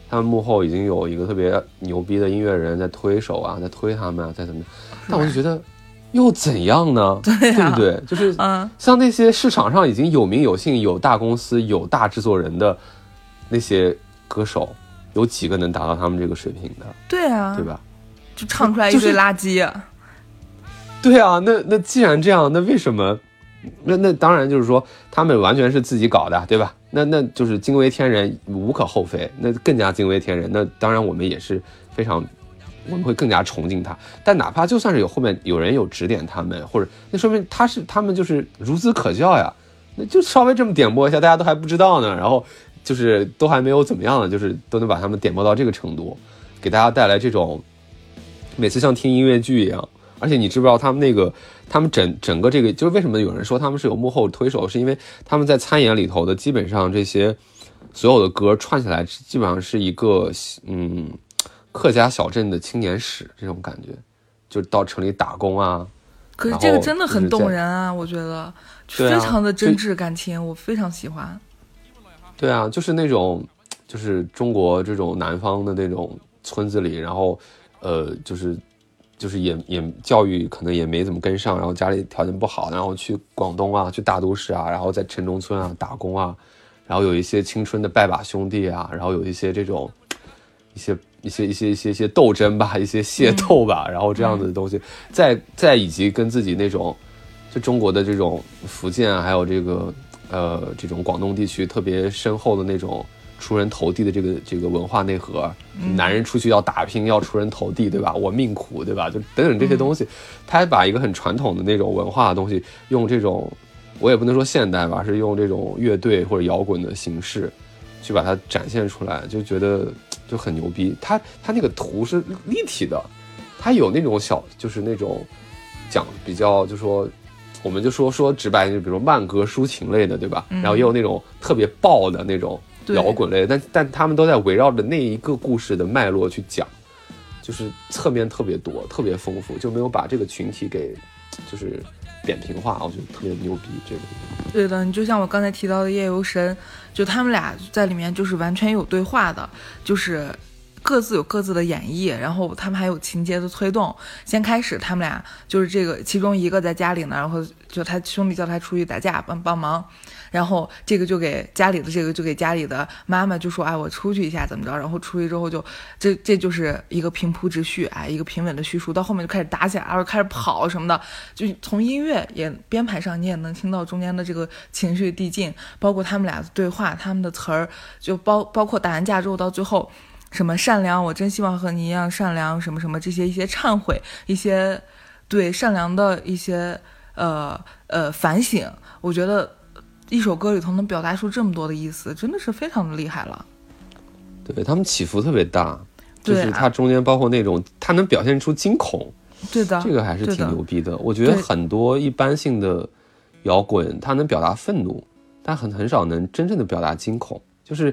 他们幕后已经有一个特别牛逼的音乐人在推手啊，在推他们啊，在怎么，但我就觉得又怎样呢？对不对？就是像那些市场上已经有名有姓、有大公司、有大制作人的那些歌手，有几个能达到他们这个水平的？ 对啊， 对吧？ 就唱出来一堆垃圾。 对啊，那既然这样，那为什么？那当然就是说他们完全是自己搞的，对吧？那就是惊为天人，无可厚非。那更加惊为天人，那当然我们也是非常，我们会更加崇敬他。但哪怕就算是后面有人有指点他们，或者那说明他们就是孺子可教呀。那就稍微这么点拨一下，大家都还不知道呢，然后就是都还没有怎么样呢，就是都能把他们点拨到这个程度，给大家带来这种每次像听音乐剧一样。而且你知不知道他们整个这个，就是为什么有人说他们是有幕后推手，是因为他们在参演里头的基本上这些所有的歌串起来，基本上是一个客家小镇的青年史这种感觉，就到城里打工啊。 可是这个真的很动人啊，我觉得非常的真挚感情，我非常喜欢。 对啊，就是那种就是中国这种南方的那种村子里，然后就是也教育可能也没怎么跟上，然后家里条件不好，然后去广东啊，去大都市啊，然后在城中村啊打工啊，然后有一些青春的拜把兄弟啊，然后有一些这种一些斗争吧，一些械斗吧，然后这样的东西，再以及跟自己那种就中国的这种福建啊，还有这个这种广东地区特别深厚的那种出人头地的这个文化内核，男人出去要打拼，要出人头地，对吧？我命苦，对吧？就等等这些东西，他还把一个很传统的那种文化的东西，用这种我也不能说现代吧，是用这种乐队或者摇滚的形式去把它展现出来，就觉得就很牛逼。他那个图是立体的，他有那种就是那种讲比较就说。我们就说直白，就比如说慢歌抒情类的，对吧？然后也有那种特别爆的那种摇滚类的，但他们都在围绕着那一个故事的脉络去讲，就是侧面特别多，特别丰富，就没有把这个群体给就是扁平化，我觉得特别牛逼。这个对的，你就像我刚才提到的夜游神，就他们俩在里面就是完全有对话的，就是各自有各自的演绎，然后他们还有情节的推动。先开始他们俩就是这个其中一个在家里呢，然后就他兄弟叫他出去打架帮忙，然后这个就给家里的妈妈就说我出去一下怎么着，然后出去之后就这就是一个平铺直叙，一个平稳的叙述，到后面就开始打起来，然后开始跑什么的，就从音乐也编排上你也能听到中间的这个情绪递进，包括他们俩的对话，他们的词儿，就包括打完架之后到最后什么善良，我真希望和你一样善良，什么什么这些一些忏悔，一些对善良的一些反省，我觉得一首歌里头能表达出这么多的意思，真的是非常的厉害了。 对，他们起伏特别大，就是它中间包括那种它能表现出惊恐， 对的， 这个还是挺牛逼的。我觉得很多一般性的摇滚它能表达愤怒，但很少能真正的表达惊恐，就是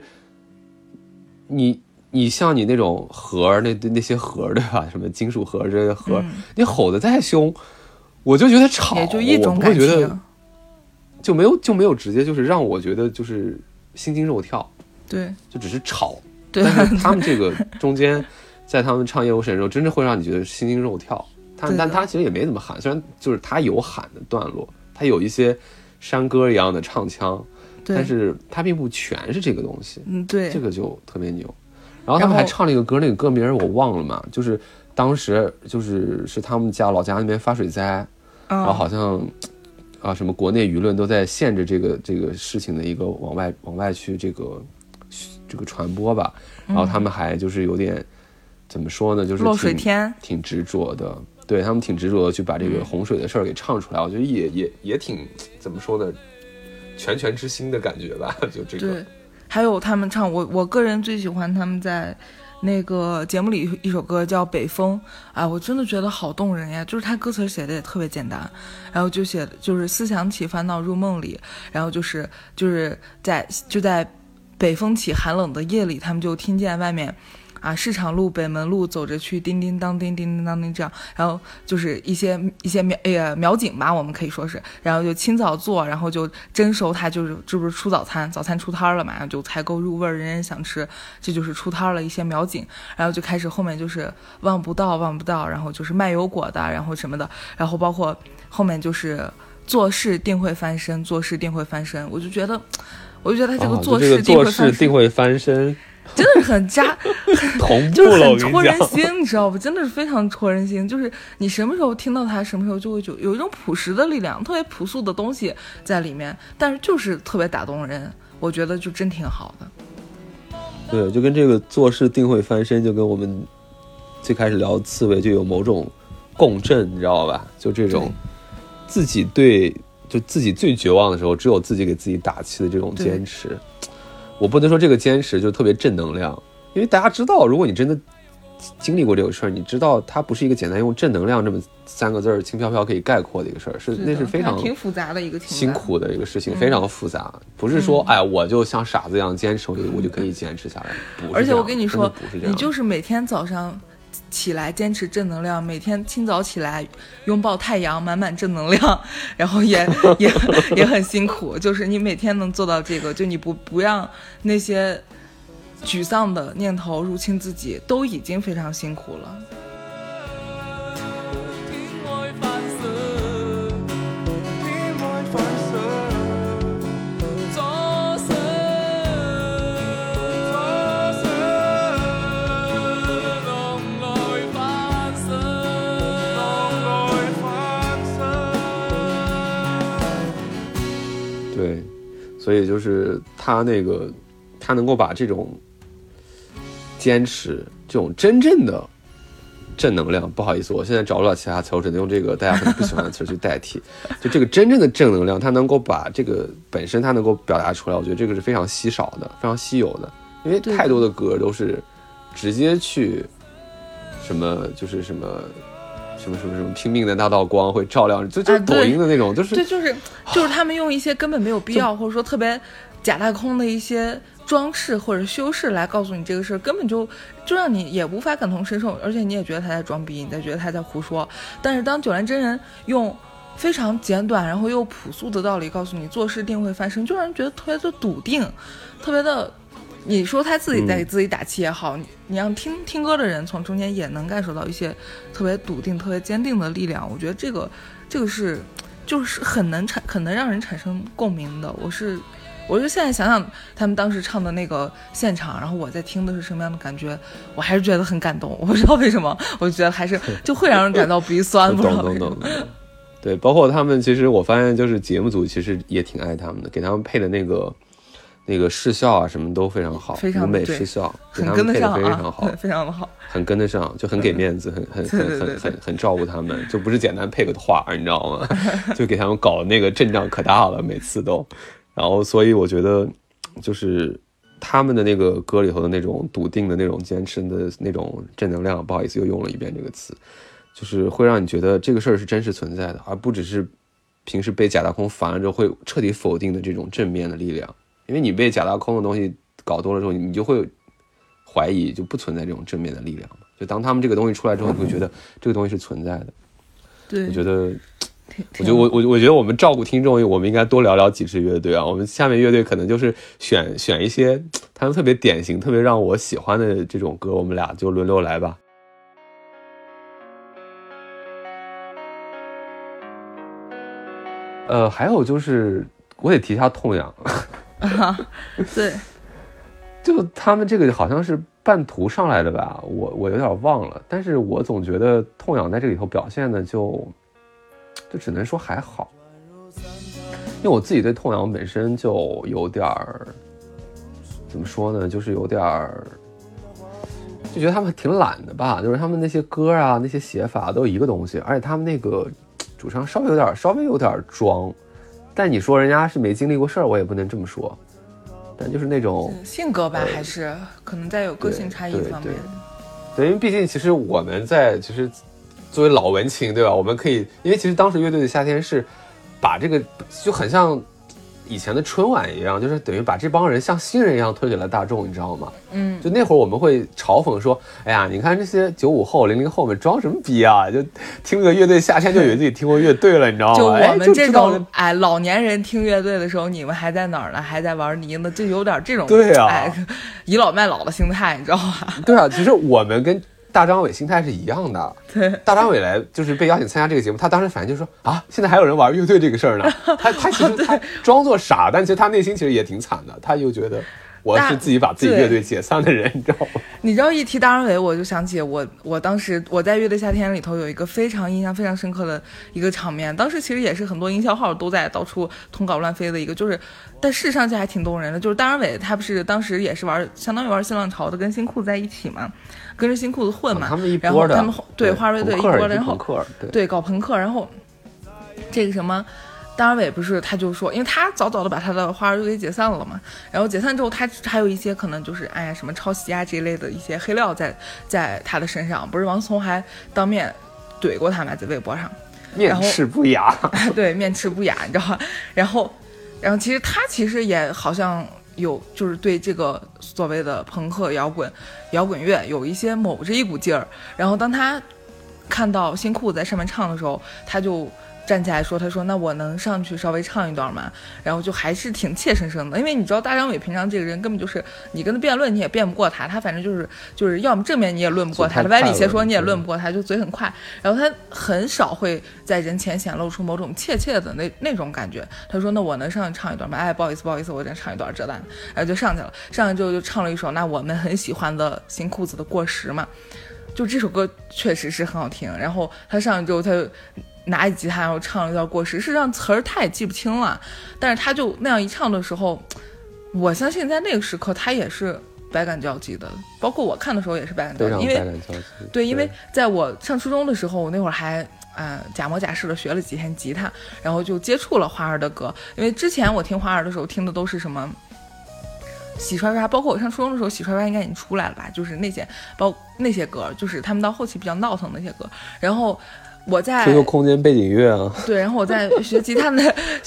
你像你那种核那些核，对吧？什么金属核这些核，你吼得再凶，我就觉得吵， 也就一种感情， 我不会觉得就没有直接就是让我觉得就是心惊肉跳， 对， 就只是吵。 对， 但是他们这个中间，在他们唱夜游神的时候，真的会让你觉得心惊肉跳。但他其实也没怎么喊，虽然就是他有喊的段落，他有一些山歌一样的唱腔，但是他并不全是这个东西。 对， 这个就特别牛。然后他们还唱了一个歌，那个歌名我忘了嘛，就是当时是他们老家那边发水灾，然后好像什么国内舆论都在限制这个事情的一个往外去这个传播吧，然后他们还就是有点怎么说呢，就是落水天挺执着的，对他们挺执着的去把这个洪水的事儿给唱出来，我觉得也挺怎么说呢，拳之心的感觉吧，就这个。 对，还有他们唱我个人最喜欢他们在那个节目里一首歌叫《北风》我真的觉得好动人呀，就是他歌词写的也特别简单，然后就写就是思想起烦恼入梦里，然后就是在北风起寒冷的夜里，他们就听见外面啊，市场路、北门路走着去，叮叮当叮，叮叮当叮这样，然后就是一些苗警吧，我们可以说是，然后就清早做，然后就蒸熟它，这不是出早餐出摊了嘛，然后就采购入味，人人想吃，这就是出摊了一些苗警，然后就开始后面就是望不到，然后就是卖油果的，然后什么的，然后包括后面就是做事定会翻身，我就觉得他这个做事定会翻身。 真的是很同步就是很戳人心，你知道不？真的是非常戳人心。就是你什么时候听到它，什么时候就会有一种朴实的力量，特别朴素的东西在里面，但是就是特别打动人。我觉得就真挺好的。 对，就跟这个做事定会翻身，就跟我们最开始聊刺猬就有某种共振，你知道吧？就这种自己最绝望的时候，只有自己给自己打气的这种坚持。我不能说这个坚持就特别正能量，因为大家知道，如果你真的经历过这个事儿，你知道它不是一个简单用正能量这么3个字轻飘飘可以概括的一个事儿，那是非常挺复杂的一个辛苦的一个事情，非常复杂，不是说我就像傻子一样坚持，我就可以坚持下来。 而且我跟你说，你就是每天早上起来坚持正能量，每天清早起来拥抱太阳，满正能量，然后也很辛苦，就是你每天能做到这个，就你不让那些沮丧的念头入侵自己，都已经非常辛苦了。 对，所以就是他能够把这种坚持，这种真正的正能量，不好意思，我现在找不了其他词，我只能用这个大家可能不喜欢的词去代替。就这个真正的正能量，他能够把这个本身他能够表达出来，我觉得这个是非常稀少的，非常稀有的，因为太多的歌都是直接去什么拼命的那道光会照亮，就抖音的那种， 就是他们用一些根本没有必要，或者说特别假大空的一些装饰或者修饰来告诉你这个事儿，根本就让你也无法感同身受，而且你也觉得他在装逼，你再觉得他在胡说。但是当九兰真人用非常简短然后又朴素的道理告诉你做事定会翻身，就让人觉得特别的笃定，特别的，你说他自己在给自己打气也好，你让听歌的人从中间也能感受到一些特别笃定特别坚定的力量。我觉得这个是就是很能让人产生共鸣的。我就现在想想他们当时唱的那个现场，然后我在听的是什么样的感觉，我还是觉得很感动。我不知道为什么，我觉得还是就会让人感到鼻酸。不知道为什么。 对，包括他们，其实我发现就是节目组其实也挺爱他们的，给他们配的那个视效啊什么都非常好， 非常舞美视效很跟得上， 非常好， 非常的好， 很跟得上，就很给面子，很照顾他们，就不是简单配个画，你知道吗？就给他们搞那个阵仗可大了，每次都。然后所以我觉得就是他们的那个歌里头的那种笃定的那种坚持的那种正能量，不好意思又用了一遍这个词，就是会让你觉得这个事儿是真实存在的，而不只是平时被假大空烦了之后会彻底否定的这种正面的力量。因为你被假大空的东西搞多了之后，你就会怀疑就不存在这种正面的力量嘛。就当他们这个东西出来之后，你会觉得这个东西是存在的。 对， 我觉得我们照顾听众，我们应该多聊聊几支乐队啊。我们下面乐队可能就是选一些他们特别典型、特别让我喜欢的这种歌，我们俩就轮流来吧。还有就是我得提一下痛痒。 对， 就他们这个好像是半途上来的吧，我有点忘了，但是我总觉得痛痒在这里头表现的就只能说还好，因为我自己对痛痒本身就有点怎么说呢，就是有点就觉得他们挺懒的吧，就是他们那些歌啊那些写法都一个东西，而且他们那个主唱稍微有点装，但你说人家是没经历过事儿，我也不能这么说，但就是那种性格吧，还是可能在有个性差异方面。 对，因为毕竟其实我们在其实作为老文青，对吧？我们可以，因为其实当时乐队的夏天是把这个就很像以前的春晚一样，就是等于把这帮人像新人一样推给了大众，你知道吗？就那会儿我们会嘲讽说，哎呀，你看这些95后、00后们装什么逼啊？就听个乐队夏天就以为自己听过乐队了，你知道吗？ 就我们这种老老年人听乐队的时候，你们还在哪儿呢？还在玩泥呢？就有点这种对啊， 倚老卖老的心态，你知道吗？ 对啊，其实我们跟大张伟心态是一样的。 对， 大张伟来就是被邀请参加这个节目，他当时反正就说啊，现在还有人玩乐队这个事儿呢。他其实他装作傻，但其实他内心其实也挺惨的。他又觉得我是自己把自己乐队解散的人，你知道吗？ 你知道一提大张伟，我就想起我当时我在乐队夏天里头有一个非常印象非常深刻的一个场面，当时其实也是很多营销号都在到处通稿乱飞的一个，就是但事实上这还挺动人的，就是大张伟他不是当时也是相当于玩新浪潮的，跟新裤子在一起嘛，跟着新裤子混嘛， 他们一波的， 然后他们对花儿乐队一波的，然后对搞朋克，然后这个什么。大张伟不是他就说，因为他早早的把他的花儿给解散了嘛，然后解散之后他还有一些可能就是哎呀什么抄袭啊这一类的一些黑料在他的身上，不是王思聪还当面怼过他嘛，在微博上面斥不雅。 对，面斥不雅，你知道吗？然后其实他其实也好像有就是对这个所谓的朋克摇滚乐有一些某着一股劲儿，然后当他看到新裤子在上面唱的时候，他就站起来说，他说那我能上去稍微唱一段吗？然后就还是挺切身生的，因为你知道大张伟平常这个人根本就是你跟他辩论你也辩不过他反正就是要么正面你也论不过他，歪理邪说你也论不过他，就嘴很快，然后他很少会在人前显露出某种怯的那种感觉。他说那我能上去唱一段吗？哎，不好意思，我再唱一段这蛋，然后就上去了，上去之后就唱了一首那我们很喜欢的新裤子的过时嘛，就这首歌确实是很好听。然后他上去之后他就拿起吉他然后唱了一段过时，事实上词儿他也记不清了，但是他就那样一唱的时候，我相信在那个时刻他也是百感交集的，包括我看的时候也是百感交集，因为对，因为在我上初中的时候，我那会儿还假模假式的学了几天吉他，然后就接触了花儿的歌，因为之前我听花儿的时候听的都是什么洗刷刷，包括我上初中的时候洗刷刷应该已经出来了吧，就是那些歌，就是他们到后期比较闹腾的那些歌，然后我在 QQ空间背景乐啊， 对，然后我在学吉他那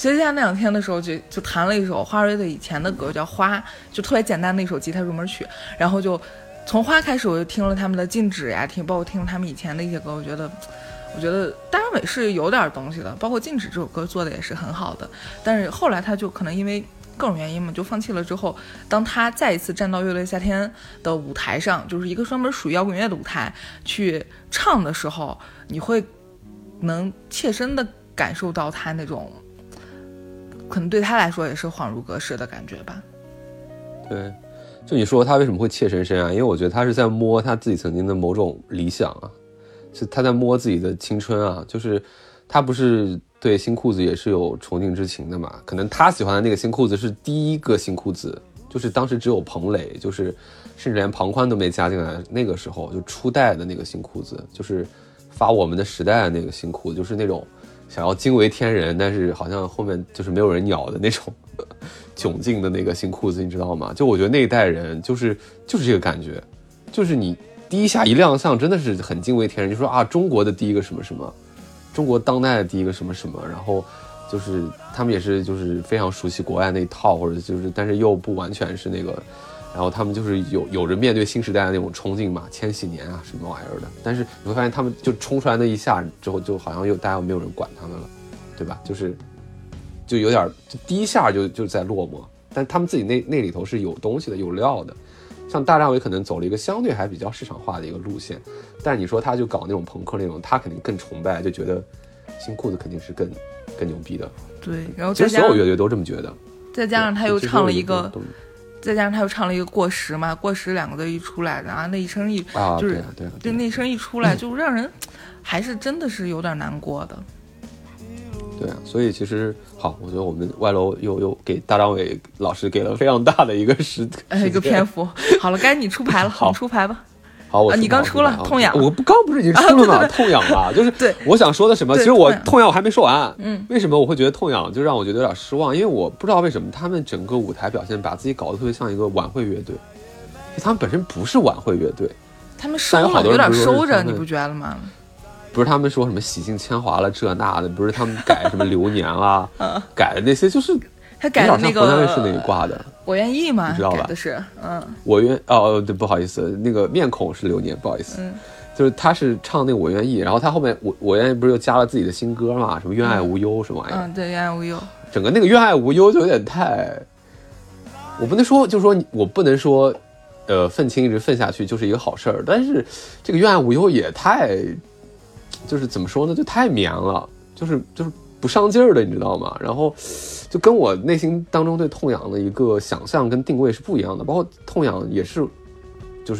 2天的时候就弹了一首花儿乐队以前的歌叫花，就特别简单的一首吉他入门曲，然后就从花开始我就听了他们的静止呀，包括听了他们以前的一些歌，我觉得大张伟是有点东西的，包括静止这首歌做的也是很好的，但是后来他就可能因为各种原因嘛就放弃了。之后当他再一次站到乐队夏天的舞台上，就是一个专门属于摇滚乐的舞台去唱的时候，你会能切身的感受到他那种可能对他来说也是恍如隔世的感觉吧。 对，就你说他为什么会切身身啊，因为我觉得他是在摸他自己曾经的某种理想啊，是他在摸自己的青春啊，就是他不是对新裤子也是有崇敬之情的嘛，可能他喜欢的那个新裤子是第一个新裤子，就是当时只有彭磊，就是甚至连庞宽都没加进来，那个时候就初代的那个新裤子，就是发我们的时代的那个新裤子，就是那种想要惊为天人，但是好像后面就是没有人鸟的那种窘境的那个新裤子，你知道吗？就我觉得那一代人就是这个感觉，就是你第一下一亮相真的是很惊为天人，就说啊中国的第一个什么什么，中国当代的第一个什么什么，然后就是他们也是就是非常熟悉国外那一套，或者就是但是又不完全是那个，然后他们就是有着面对新时代的那种冲劲嘛，千禧年啊什么玩意儿的，但是你会发现他们就冲出来那一下之后，就好像大家又没有人管他们了，对吧？就有点就第一下就在落寞，但他们自己那里头是有东西的，有料的。像大张伟可能走了一个相对还比较市场化的一个路线，但是你说他就搞那种朋克那种，他肯定更崇拜，就觉得新裤子肯定是更牛逼的。 对，然后其实所有乐队都这么觉得。 再加上他又唱了一个过时嘛，过时2个字一出来，然后那一声一就是就那一声一出来，就让人还是真的是有点难过的。 对啊，所以其实好，我觉得我们外楼又给大张伟老师给了非常大的一个一个篇幅。好了，该你出牌了，好，你出牌吧。 好，你刚出了痛痒， 我刚不是已经出了吗？痛痒啊，就是对我想说的什么，其实我痛痒我还没说完。为什么我会觉得痛痒，就让我觉得有点失望？因为我不知道为什么他们整个舞台表现把自己搞得特别像一个晚会乐队，就他们本身不是晚会乐队， 他们收了，有点收着，你不觉得吗？ 不是他们说什么洗尽铅华了这那的，不是他们改什么流年啊，改的那些就是他改的那个侯湘月是哪一挂的？ 我愿意嘛， 你知道吧？ 改的是对，不好意思，那个面孔是流年，不好意思。就是他是唱那个我愿意，然后他后面我愿意不是又加了自己的新歌嘛，什么愿爱无忧什么玩意儿。 对，愿爱无忧。 整个那个愿爱无忧就有点太，我不能说，就是说我不能说，愤青一直愤下去就是一个好事儿，但是这个愿爱无忧也太，就是怎么说呢，就太绵了，就是不上劲儿的，你知道吗？然后就跟我内心当中对痛仰的一个想象跟定位是不一样的，包括痛仰也是，就是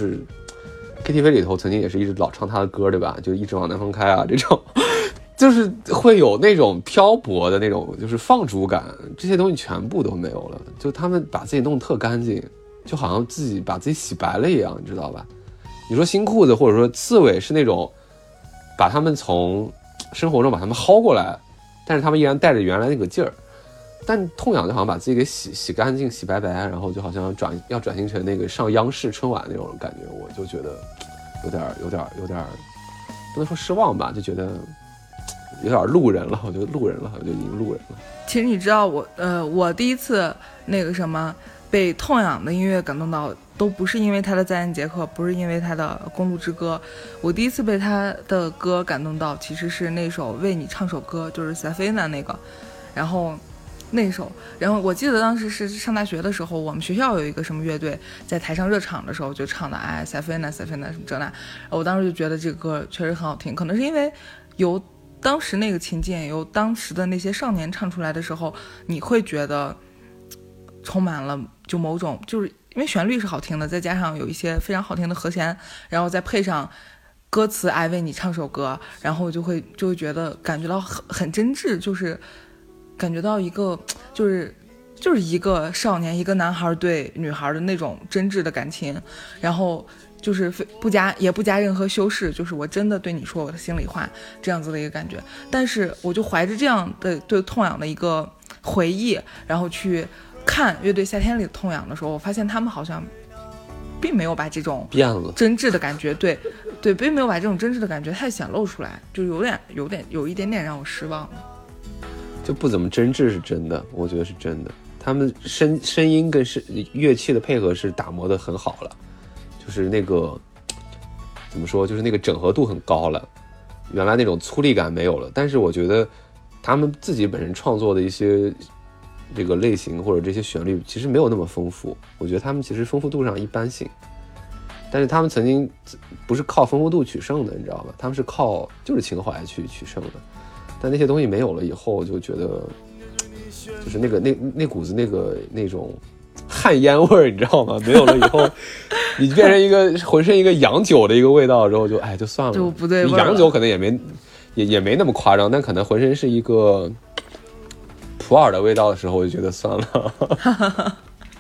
KTV 里头曾经也是一直老唱他的歌，对吧？就一直往南方开啊这种。就是会有那种漂泊的那种，就是放逐感，这些东西全部都没有了。就他们把自己弄得特干净，就好像自己把自己洗白了一样，你知道吧？你说新裤子或者说刺猬是那种把他们从生活中把他们薅过来，但是他们依然带着原来那个劲儿。但痛仰就好像把自己给洗干净、洗白白，然后就好像要转型成那个上央视春晚那种感觉，我就觉得有点不能说失望吧，就觉得。有点路人了，我觉得路人了，我就已经路人了。 其实你知道我第一次那个什么被痛仰的音乐感动到，都不是因为他的再见杰克，不是因为他的公路之歌，我第一次被他的歌感动到，其实是那首为你唱首歌，就是 Safina 那个，然后那首，然后我记得当时是上大学的时候，我们学校有一个什么乐队在台上热场的时候就唱的Safina 什么这那，我当时就觉得这个歌确实很好听，可能是因为有当时那个情境，由当时的那些少年唱出来的时候，你会觉得充满了就某种，就是因为旋律是好听的，再加上有一些非常好听的和弦，然后再配上歌词爱为你唱首歌，然后就会觉得感觉到很真挚，就是感觉到一个就是一个少年一个男孩对女孩的那种真挚的感情，然后就是不加任何修饰，就是我真的对你说我的心里话，这样子的一个感觉。但是我就怀着这样的对痛仰的一个回忆，然后去看乐队夏天里的痛仰的时候，我发现他们好像并没有把这种真挚的感觉，对，并没有把这种真挚的感觉太显露出来，就有一点点让我失望了。 就不怎么真挚是真的，我觉得是真的。他们声音跟乐器的配合是打磨的很好了。就是那个怎么说，就是那个整合度很高了，原来那种粗粝感没有了。但是我觉得他们自己本身创作的一些这个类型或者这些旋律其实没有那么丰富，我觉得他们其实丰富度上一般性。但是他们曾经不是靠丰富度取胜的，你知道吧？他们是靠就是情怀去取胜的。但那些东西没有了以后，我就觉得就是那股子那种汗烟味儿，你知道吗？没有了以后，你变成一个浑身一个洋酒的一个味道之后，就算了， 就不对味儿了。 洋酒可能也没那么夸张，但可能浑身是一个普洱的味道的时候，我就觉得算了。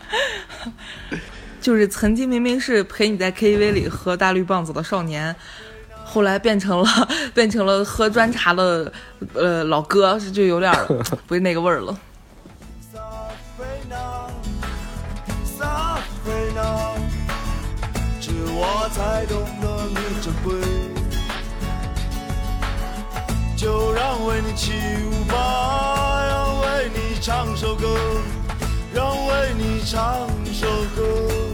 就是曾经明明是陪你在 KTV 里喝大绿棒子的少年，后来变成了喝砖茶的老哥，就有点不是那个味儿了。 只我才懂得你珍贵，就让为你起舞吧，让为你唱首歌，让为你唱首歌，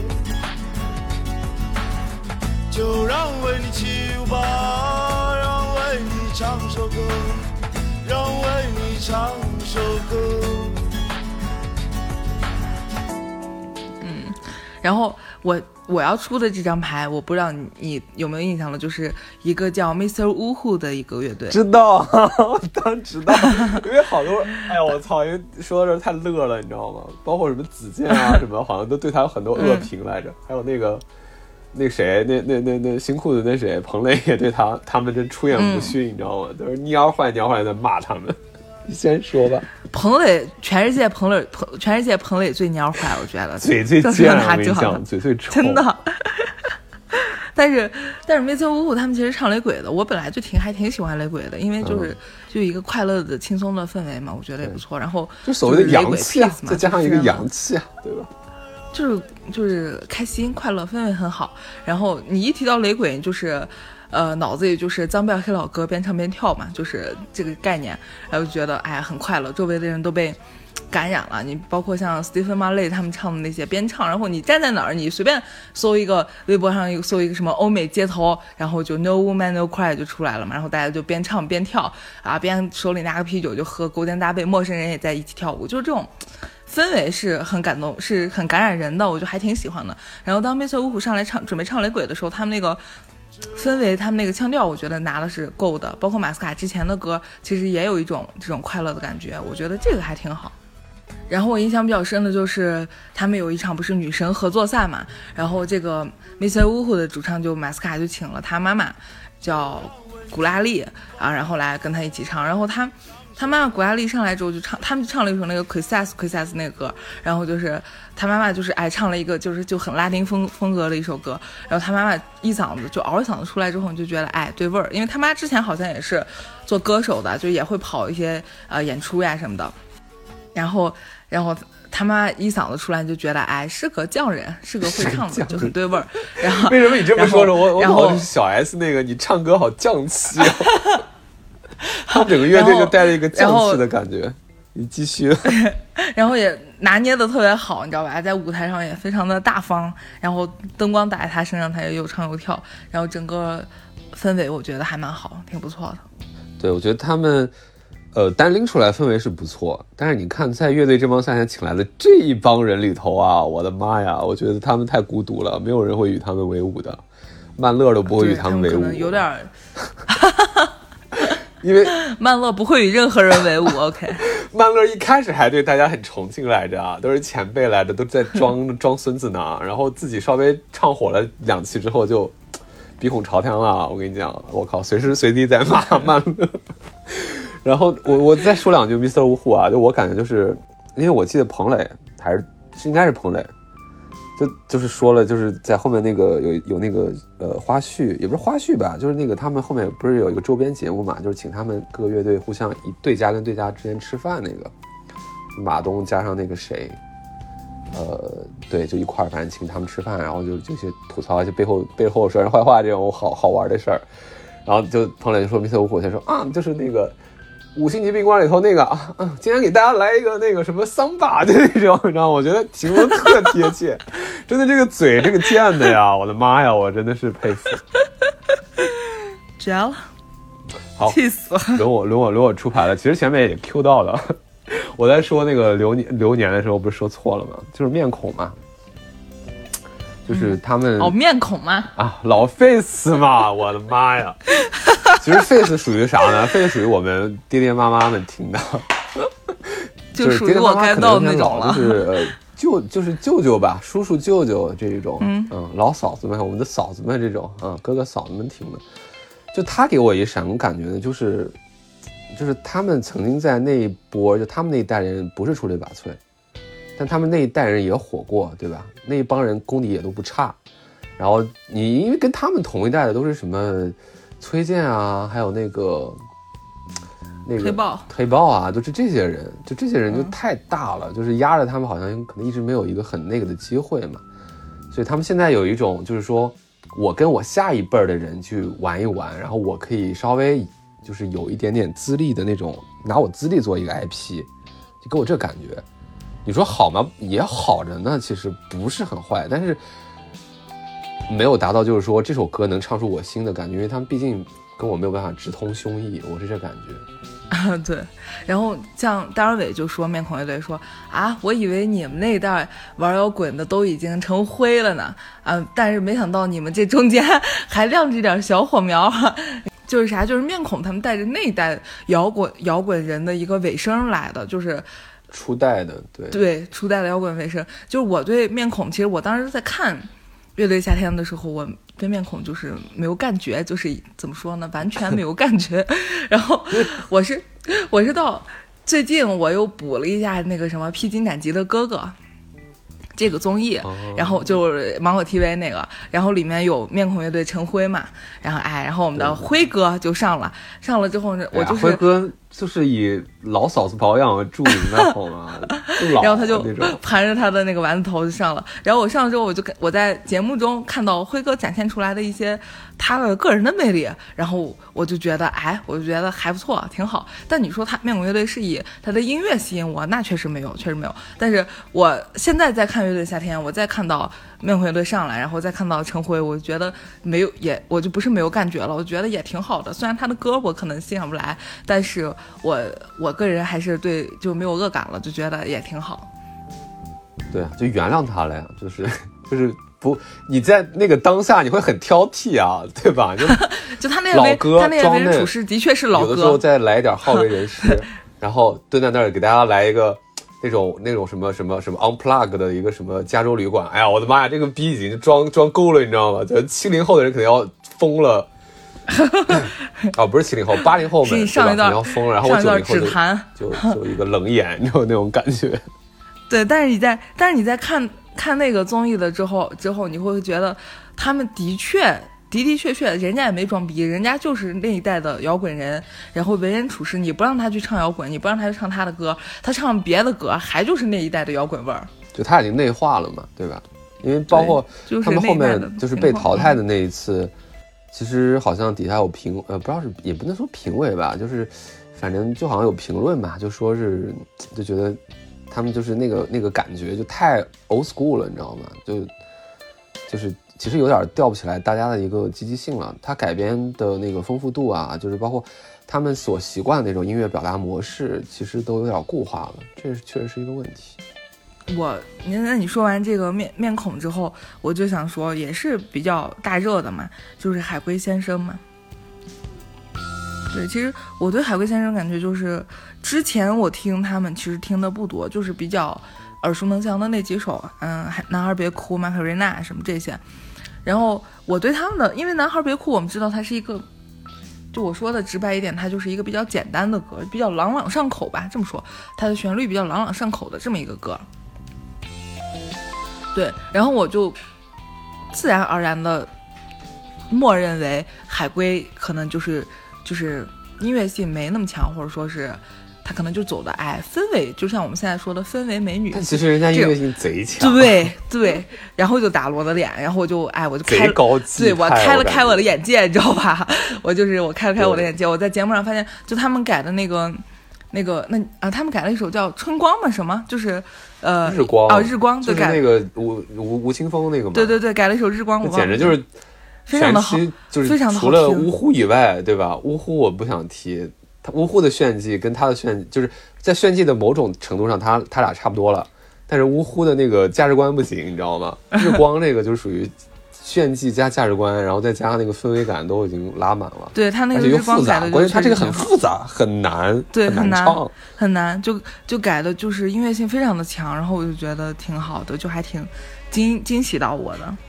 就让为你起舞吧，让为你唱首歌，让为你唱首歌。 然后我要出的这张牌，我不知道你有没有印象了，就是一个叫 Mr. Woohoo 的一个乐队。 知道，我当然知道，因为好多，哎呀，我操，因为说到这太乐了，你知道吗？包括什么子健啊什么，好像都对他有很多恶评来着。还有那谁，那新裤子那谁，彭磊也对他们真出言不逊，你知道吗？都是蔫坏在骂他们。你先说吧。 彭磊，全世界彭磊最蔫坏，我觉得嘴最贱，我跟你讲，嘴最臭， 真的。但是 Mr. Woohoo 他们其实唱雷鬼的，我本来就还挺喜欢雷鬼的，因为就一个快乐的轻松的氛围嘛，我觉得也不错。然后就所谓的洋气啊，再加上一个洋气啊，对吧？ 就是开心快乐氛围很好。然后你一提到雷鬼，就是脑子里就是脏辫黑老哥边唱边跳嘛，就是这个概念，然后就觉得哎呀很快乐，周围的人都被感染了。你包括像 Stephen Marley 他们唱的那些边唱，然后你站在哪儿，你随便搜一个微博上搜一个什么欧美街头，然后就 No Woman No Cry 就出来了嘛，然后大家就边唱边跳啊，边手里拿个啤酒就喝，勾肩搭背，陌生人也在一起跳舞，就是这种氛围是很感动，是很感染人的，我就还挺喜欢的。然后当 Mr. 五虎上来准备唱雷鬼的时候，他们那个氛围，他们那个腔调，我觉得拿的是够的。包括马斯卡之前的歌，其实也有一种这种快乐的感觉，我觉得这个还挺好。然后我印象比较深的就是他们有一场不是女神合作赛嘛，然后这个 Mr. 五虎的主唱就马斯卡就请了他妈妈叫古拉丽啊，然后来跟他一起唱，然后他妈妈古拉丽上来之后就唱，他们就唱了一首那个 Quizás 那个歌，然后就是他妈妈就是唱了一个就很拉丁风格的一首歌，然后他妈妈一嗓子就嗷一嗓子出来之后，你就觉得对味儿，因为他妈之前好像也是做歌手的，就也会跑一些演出呀什么的，然后他妈一嗓子出来，你就觉得是个匠人，是个会唱的，就很对味儿。然后为什么你这么说着我然后是小 S 那个你唱歌好匠气哦。他们整个乐队就带着一个匠气的感觉。你继续。 然后也拿捏的特别好，你知道吧？在舞台上也非常的大方，然后灯光打在他身上，他也又唱又跳，然后整个氛围我觉得还蛮好，挺不错的。 对，我觉得他们单拎出来氛围是不错，但是你看在乐队这帮夏天请来的这一帮人里头啊，我的妈呀，我觉得他们太孤独了，没有人会与他们为伍的，曼乐都不会与他们为伍， 可能有点因为曼乐不会与任何人为伍。OK， 曼乐一开始还对大家很崇敬来着啊，都是前辈来着，都在装孙子呢，然后自己稍微唱火了2期之后就鼻孔朝天了。我跟你讲，我靠，随时随地在骂曼乐。然后我再说2句 Mr. 五虎啊，就我感觉就是因为我记得彭磊应该是彭磊，就是说了，就是在后面那个有那个花絮，也不是花絮吧，就是那个他们后面不是有一个周边节目嘛，就是请他们各个乐队互相一对家跟对家之间吃饭，那个马东加上那个谁，对，就一块儿，反正请他们吃饭，然后就去吐槽一些背后说人坏话这种好玩的事儿，然后就彭磊就说 Mr. 五虎，他说就是那个5星级宾馆里头那个今天给大家来一个那个什么桑巴的那种，你知道，我觉得形容特贴切，真的这个嘴这个贱的呀，我的妈呀，我真的是佩服， 绝了， 好， 气死了， 轮我出牌了。其实前面也 Q 到了，我在说那个流年的时候不是说错了吗？就是面孔嘛，就是他们面孔吗？ 老 face 嘛，我的妈呀！其实 face 属于啥呢 ？face 属于我们爹爹妈妈们听的， 就属于我该到那种了。 就是舅舅吧，叔叔舅舅这种，老嫂子们，我们的嫂子们这种，哥哥嫂子们听的。就他给我一闪感觉呢，就是他们曾经在那一波，就他们那一代人不是出类拔萃，但他们那一代人也火过，对吧？那一帮人功底也都不差。然后你因为跟他们同一代的都是什么崔健啊，还有那个黑豹啊，就是这些人，就太大了，就是压着他们好像可能一直没有一个很那个的机会嘛。所以他们现在有一种就是说我跟我下一辈的人去玩一玩，然后我可以稍微就是有一点点资历的那种，拿我资历做一个 IP， 就给我这感觉。你说好吗？也好着呢，其实不是很坏，但是没有达到就是说这首歌能唱出我心的感觉，因为他们毕竟跟我没有办法直通胸臆，我是这感觉。 对，然后像大张伟就说，面孔乐队说我以为你们那一代玩摇滚的都已经成灰了呢，但是没想到你们这中间还亮着点小火苗。就是啥，就是面孔他们带着那一代摇滚人的一个尾声来的，就是初代的， 对初代的摇滚尾声。就是我对面孔，其实我当时在看乐队夏天的时候，我对面孔就是没有感觉，就是怎么说呢，完全没有感觉。然后我是到最近我又补了一下那个什么披荆斩棘的哥哥这个综艺，然后就是芒果 TV 那个，然后里面有面孔乐队陈辉嘛，然后我们的辉哥就上了之后呢，我就是辉哥就是以老嫂子保养著名的好吗？ 然后他就盘着他的那个丸子头就上了。然后我上了之后，我在节目中看到辉哥展现出来的一些他的个人的魅力，然后我就觉得还不错，挺好。但你说他面孔乐队是以他的音乐吸引我，那确实没有。但是我现在在看乐队夏天，我再看到面孔乐队上来，然后再看到陈辉，我觉得我就不是没有感觉了，我觉得也挺好的。虽然他的歌我可能欣赏不来，但是我个人还是对就没有恶感了，就觉得也挺好。 对啊，就原谅他了呀，就是不，你在那个当下你会很挑剔啊，对吧？ 就他那老歌， 他那为人处事的确是老歌， 有的时候再来一点好为人师，然后蹲在那儿给大家来一个那种什么 unplug 的一个什么加州旅馆，哎呀，我的妈呀，这个逼已经装够了，你知道吗？就70后的人肯定要疯了。不是70后，80后们上一段要疯了，然后我90 后就一个冷眼，你知道那种感觉。 对，但是你在看那个综艺的之后，你会觉得他们的确，人家也没装逼，人家就是那一代的摇滚人，然后为人处事，你不让他去唱摇滚，你不让他去唱他的歌，他唱别的歌，还就是那一代的摇滚味儿。 就他已经内化了嘛，对吧？因为包括他们后面就是被淘汰的那一次。其实好像底下有不知道是也不能说评委吧，就是反正就好像有评论吧，就说是就觉得他们就是那个感觉就太 old school 了，你知道吗？就是其实有点吊不起来大家的一个积极性了。他改编的那个丰富度啊，就是包括他们所习惯的那种音乐表达模式，其实都有点固化了，这确实是一个问题。 那你说完这个面孔之后，我就想说也是比较大热的嘛，就是海龟先生嘛。对，其实我对海龟先生感觉就是之前我听他们其实听的不多，就是比较耳熟能详的那几首，男孩别哭、马卡瑞娜什么这些。然后我对他们的，因为男孩别哭我们知道它是一个，就我说的直白一点，它就是一个比较简单的歌，比较朗朗上口吧，这么说，它的旋律比较朗朗上口的这么一个歌。对，然后我就自然而然的默认为海龟可能就是音乐性没那么强，或者说是他可能就走的氛围，就像我们现在说的氛围美女。 但其实人家音乐性贼强。 对，然后就打了我的脸，然后我就贼高级， 对，我开了开我的眼界，你知道吧？我开了开我的眼界，我在节目上发现，就他们改的他们改了一首叫《春光》嘛，什么就是日光日光， 就是那个吴青峰那个嘛。 对，改了一首日光，我简直就是非常的好， 就是非常的好。 除了呜呼以外，对吧？呜呼我不想提，他呜呼的炫技跟他的炫技，就是在炫技的某种程度上，他俩差不多了。但是呜呼的那个价值观不行，你知道吗？日光那个就属于炫技加价值观，然后再加上那个氛围感都已经拉满了。 对，他那个日光改的， 关键他这个很复杂，很难， 对， 很难唱， 很难，就改的就是音乐性非常的强，然后我就觉得挺好的，就还挺惊喜到我的。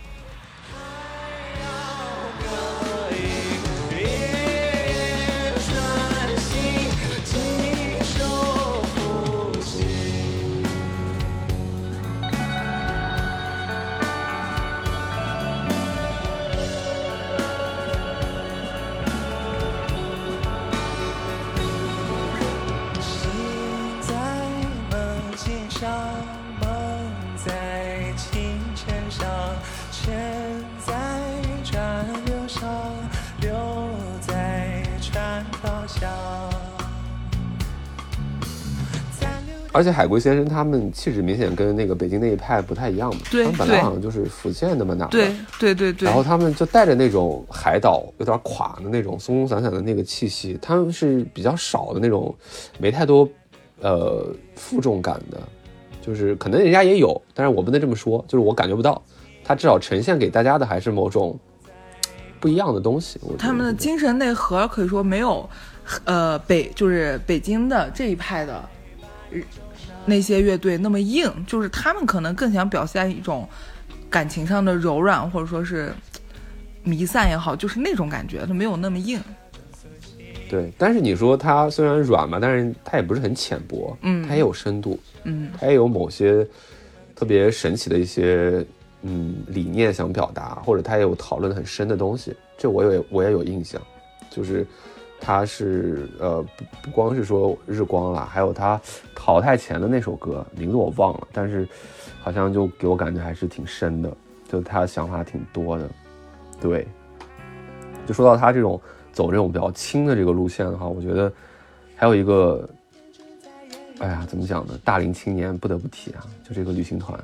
而且海龟先生他们气质明显跟那个北京那一派不太一样嘛， 对， 他们本来好像就是福建那么哪的， 对， 然后他们就带着那种海岛有点垮的那种松松散散的那个气息，他们是比较少的那种，没太多负重感的，就是可能人家也有，但是我不能这么说，就是我感觉不到，他至少呈现给大家的还是某种不一样的东西。 他们的精神内核可以说没有就是北京的这一派的那些乐队那么硬，就是他们可能更想表现一种感情上的柔软，或者说是弥散也好，就是那种感觉，它没有那么硬。 对，但是你说它虽然软嘛，但是它也不是很浅薄，它也有深度，它也有某些特别神奇的一些理念想表达，或者它也有讨论很深的东西，这我也有印象，就是它是不光是说日光啦，还有它淘汰前的那首歌，名字我忘了，但是好像就给我感觉还是挺深的，就他想法挺多的。对，就说到他这种走这种比较轻的这个路线的话，我觉得还有一个，哎呀，怎么讲呢？大龄青年不得不提啊，就这个旅行团。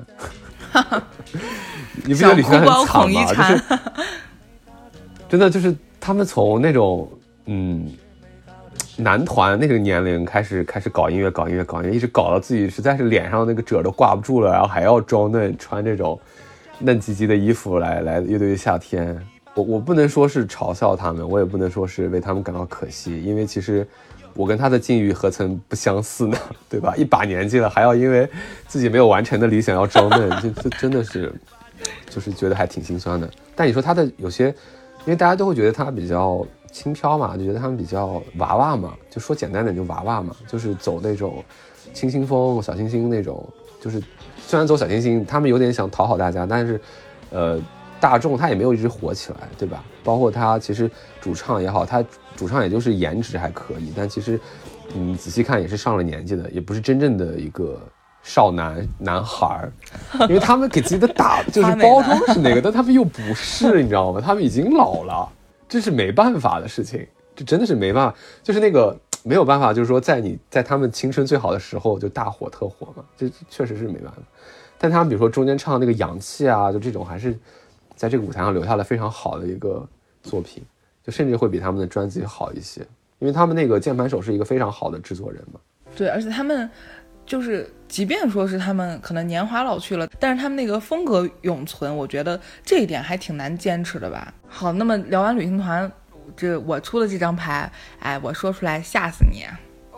你不觉得旅行团很惨吗？就是真的就是他们从那种男团那个年龄开始搞音乐，一直搞到自己实在是脸上那个褶都挂不住了，然后还要装嫩，穿这种嫩唧唧的衣服来乐队夏天。我不能说是嘲笑他们，我也不能说是为他们感到可惜，因为其实我跟他的境遇何曾不相似呢，对吧？一把年纪了，还要因为自己没有完成的理想要装嫩，这真的是就是觉得还挺心酸的。但你说他的有些，因为大家都会觉得他比较轻飘嘛，就觉得他们比较娃娃嘛，就说简单点就娃娃嘛，就是走那种清新风、小清新那种，就是虽然走小清新，他们有点想讨好大家，但是大众他也没有一直火起来，对吧？包括他其实主唱也好，他主唱也就是颜值还可以，但其实仔细看也是上了年纪的，也不是真正的一个少男孩，因为他们给自己的打就是包装是那个，但他们又不是，你知道吗？他们已经老了，这是没办法的事情，这真的是没办法，就是那个没有办法，就是说在他们青春最好的时候就大火特火嘛，这确实是没办法。但他们比如说中间唱那个氧气啊，就这种还是在这个舞台上留下了非常好的一个作品，就甚至会比他们的专辑好一些，因为他们那个键盘手是一个非常好的制作人嘛。 对，而且他们就是即便说是他们可能年华老去了，但是他们那个风格永存，我觉得这一点还挺难坚持的吧。好，那么聊完旅行团，这我出的这张牌，哎，我说出来吓死你。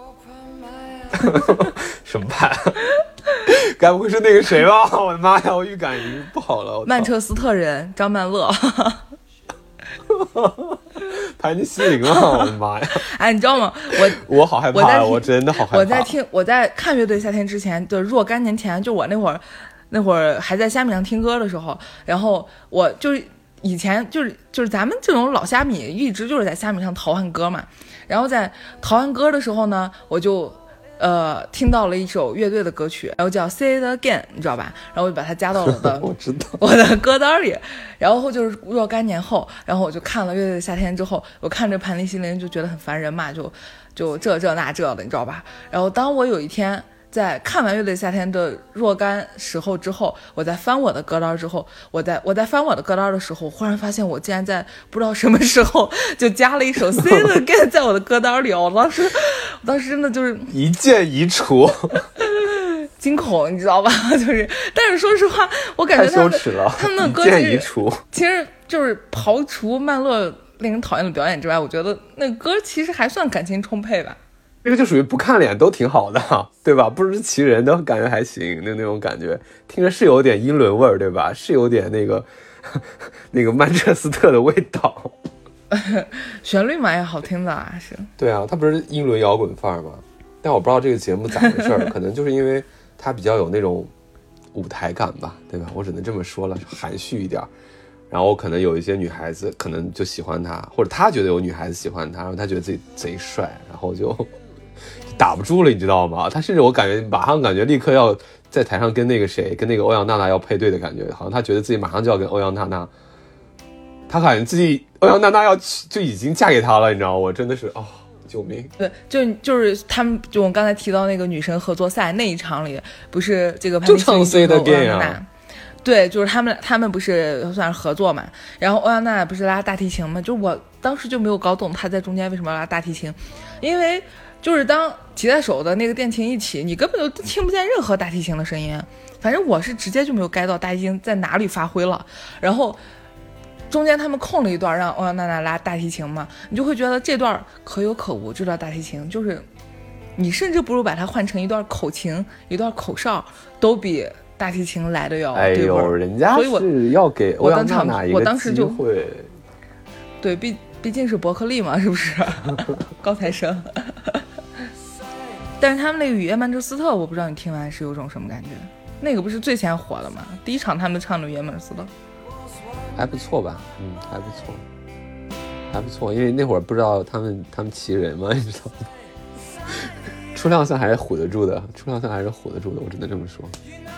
什么牌？该不会是那个谁吧？我的妈呀，我预感已经不好了。 曼彻斯特人张曼乐。 排你心灵了，我的妈呀！ 哎，你知道吗？ 我好害怕，我真的好害怕。 我在看乐队夏天之前的若干年前，就我那会儿还在虾米上听歌的时候，然后我就是以前就是咱们这种老虾米一直就是在虾米上淘换歌嘛，然后在淘换歌的时候呢，我就听到了一首乐队的歌曲，然后叫 Say It Again， 你知道吧？然后我就把它加到了我知道我的歌单里，然后就是若干年后，然后我就看了乐队的夏天之后，我看着盘尼西林就觉得很烦人嘛，就这那这的，你知道吧？然后当我有一天在看完乐队夏天的若干时候之后，我在翻我的歌单之后，我在翻我的歌单的时候，忽然发现我竟然在不知道什么时候就加了一首 Say It Again 在我的歌单里，我当时真的就是一键移除， 惊恐，你知道吧？就是，但是说实话，我感觉太羞耻了， 他们的歌一键移除， 其实就是刨除曼乐令人讨厌的表演之外，我觉得那歌其实还算感情充沛吧。 这个就属于不看脸都挺好的，对吧？不知其人都感觉还行，那种感觉，听着是有点英伦味儿，对吧？是有点那个曼彻斯特的味道。 旋律嘛也好听的啊，是。对啊，它不是英伦摇滚范儿吗？但我不知道这个节目咋回事可能就是因为它比较有那种舞台感吧，对吧？我只能这么说了，含蓄一点。然后可能有一些女孩子可能就喜欢他，或者他觉得有女孩子喜欢他，然后他觉得自己贼帅，然后就打不住了，你知道吗？他甚至我感觉马上感觉立刻要在台上跟那个谁，跟那个欧阳娜娜要配对的感觉，好像他觉得自己马上就要跟欧阳娜娜，他感觉自己欧阳娜娜就已经嫁给他了，你知道吗？我真的是救命！ 对，就是他们，就我刚才提到那个女神合作赛那一场里，不是这个就唱 Say It Again 啊。 对，就是他们不是算是合作嘛，然后欧阳娜娜不是拉大提琴嘛，就我当时就没有搞懂她在中间为什么要拉大提琴，因为就是当吉他手的那个电琴一起，你根本就听不见任何大提琴的声音，反正我是直接就没有 get 到大提琴在哪里发挥了，然后中间他们空了一段让欧阳娜娜拉大提琴嘛，你就会觉得这段可有可无，这段大提琴就是你甚至不如把它换成一段口琴一段口哨都比大提琴来的要对味儿， 人家是要给欧阳娜娜一个机会。 对，毕竟是伯克利嘛，是不是？高材生。但是他们那个《雨夜曼彻斯特》，我不知道你听完是有种什么感觉？那个不是最先火的吗？第一场他们唱的《雨夜曼彻斯特》 还不错吧？还不错。 还不错，因为那会儿不知道他们骑人嘛，你知道吗？出亮相还是唬得住的，我只能这么说。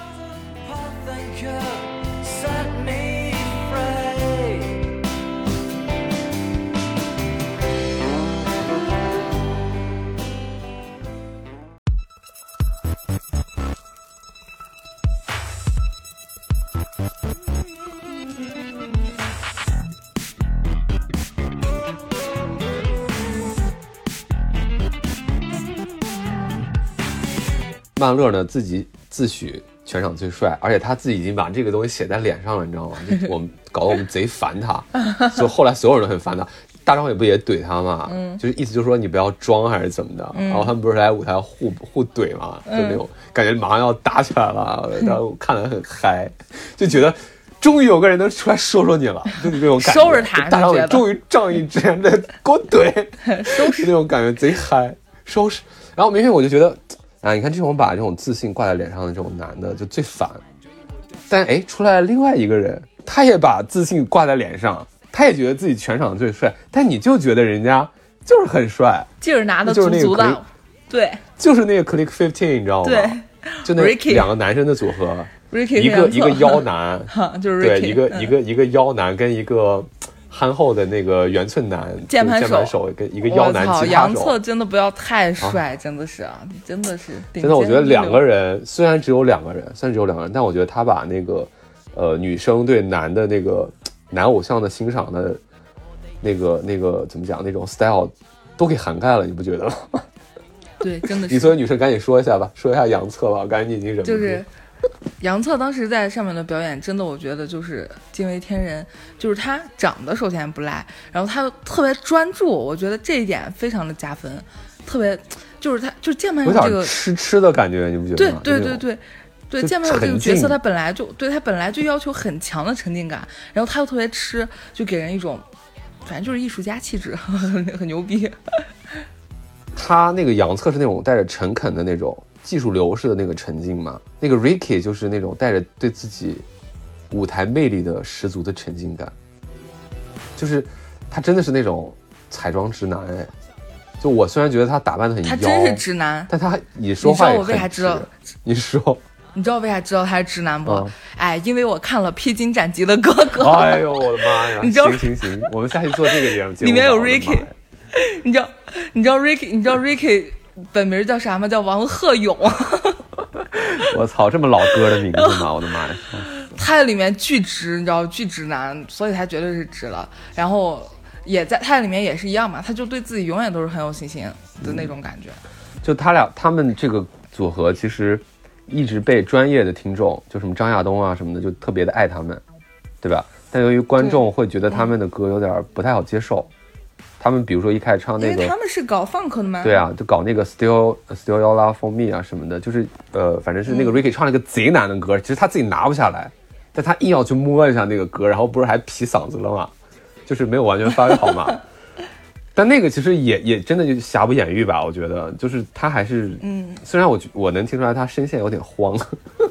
曼乐呢自己自诩全场最帅，而且他自己已经把这个东西写在脸上了，你知道吗？就我们搞得我们贼烦他，所以后来所有人都很烦他。大张伟不也怼他嘛？就是意思就是说你不要装还是怎么的。然后他们不是来舞台互怼嘛，就那种感觉马上要打起来了，然后看得很嗨，就觉得终于有个人能出来说你了，就那种感觉。 收拾他， 大张伟终于仗义执言的给我怼，收拾那种感觉贼嗨，收拾。然后明天我就觉得。啊，你看这种把这种自信挂在脸上的这种男的就最烦，但出来另外一个人，他也把自信挂在脸上，他也觉得自己全场最帅，但你就觉得人家就是很帅， 劲儿拿的足足的，对， 就是那个 Click 15，你知道吗？ 对， 就那两个男生的组合， Ricky 一个妖男， 就是 Ricky， 对，一个妖男跟一个。憨厚的那个圆寸男键盘手跟一个妖男吉他手， 杨策真的不要太帅，真的是啊，真的是真的，我觉得两个人虽然只有两个人，但我觉得他把那个女生对男的那个男偶像的欣赏的那个怎么讲那种 style 都给涵盖了，你不觉得吗？ 对，真的是。 你作为女生赶紧说一下吧，说一下杨策吧，我感觉你已经忍不住。 就是杨策当时在上面的表演，真的我觉得就是惊为天人。就是他长得首先不赖，然后他特别专注，我觉得这一点非常的加分。特别就是他就是键盘手这个痴的感觉，你不觉得吗？ 对，键盘手这个角色他本来就要求很强的沉浸感，然后他又特别痴，就给人一种反正就是艺术家气质，很牛逼。 他那个杨策是那种带着诚恳的那种技术流式的那个沉浸嘛，那个 Ricky 就是那种带着对自己舞台魅力的十足的沉浸感，就是他真的是那种彩妆直男哎。就我虽然觉得他打扮的很妖， 他真是直男， 但他你说话也很直。 你知道我为啥知道？ 你说。 你知道为啥知道他是直男不？因为我看了《披荆斩棘的哥哥》。 哎呦我的妈呀！行，我们下去做这个节目。 里面有 Ricky， 你知道 Ricky 本名叫啥吗？叫王鹤勇。 我操，这么老歌的名字吗？我的妈呀！ 他在里面巨直，你知道巨直男，所以他绝对是直了。然后也在他里面也是一样嘛，他就对自己永远都是很有信心的那种感觉。 就他们这个组合其实一直被专业的听众，就什么张亚东啊什么的，就特别的爱他们，对吧？但由于观众会觉得他们的歌有点不太好接受，他们比如说一开始唱那个， 因为他们是搞 funk 的嘛， 对啊，就搞那个 Still Your Love For Me 啊什么的，就是反正是那个 Ricky 唱了一个贼难的歌，其实他自己拿不下来，但他硬要去摸一下那个歌，然后不是还劈嗓子了嘛，就是没有完全发挥好嘛。但那个其实也真的就瑕不掩瑜吧，我觉得就是他还是虽然我能听出来他声线有点慌，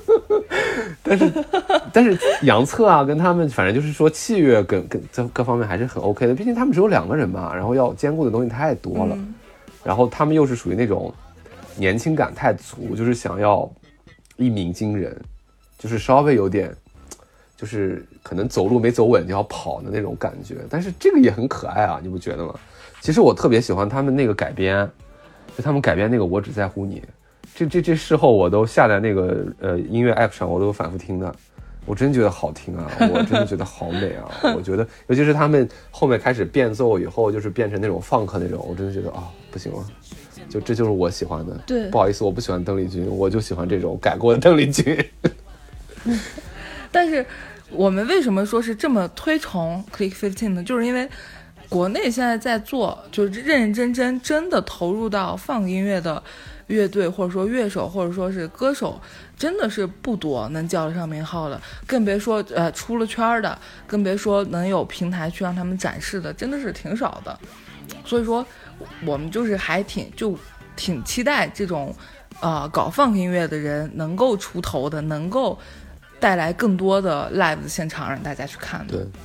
但是杨策啊跟他们反正就是说器乐跟各方面还是很 OK 的，毕竟他们只有2个人嘛，然后要兼顾的东西太多了，然后他们又是属于那种年轻感太足，就是想要一鸣惊人，就是稍微有点就是可能走路没走稳就要跑的那种感觉，但是这个也很可爱啊，你不觉得吗？其实我特别喜欢他们那个改编，就他们改编那个我只在乎你，这事后我都下在那个音乐 app 上，我都反复听的，我真觉得好听啊，我真的觉得好美啊，我觉得尤其是他们后面开始变奏以后，就是变成那种 funk 那种，我真的觉得不行了，就这就是我喜欢的。对，不好意思，我不喜欢邓丽君，我就喜欢这种改过的邓丽君。 但是我们为什么说是这么推崇 Click 15呢？就是因为国内现在在做就是认认真真真的投入到放音乐的乐队或者说乐手或者说是歌手真的是不多，能叫得上名号的，更别说出了圈的，更别说能有平台去让他们展示的，真的是挺少的。所以说我们就是还挺期待这种搞放音乐的人能够出头的，能够带来更多的 live 的现场让大家去看的。 对，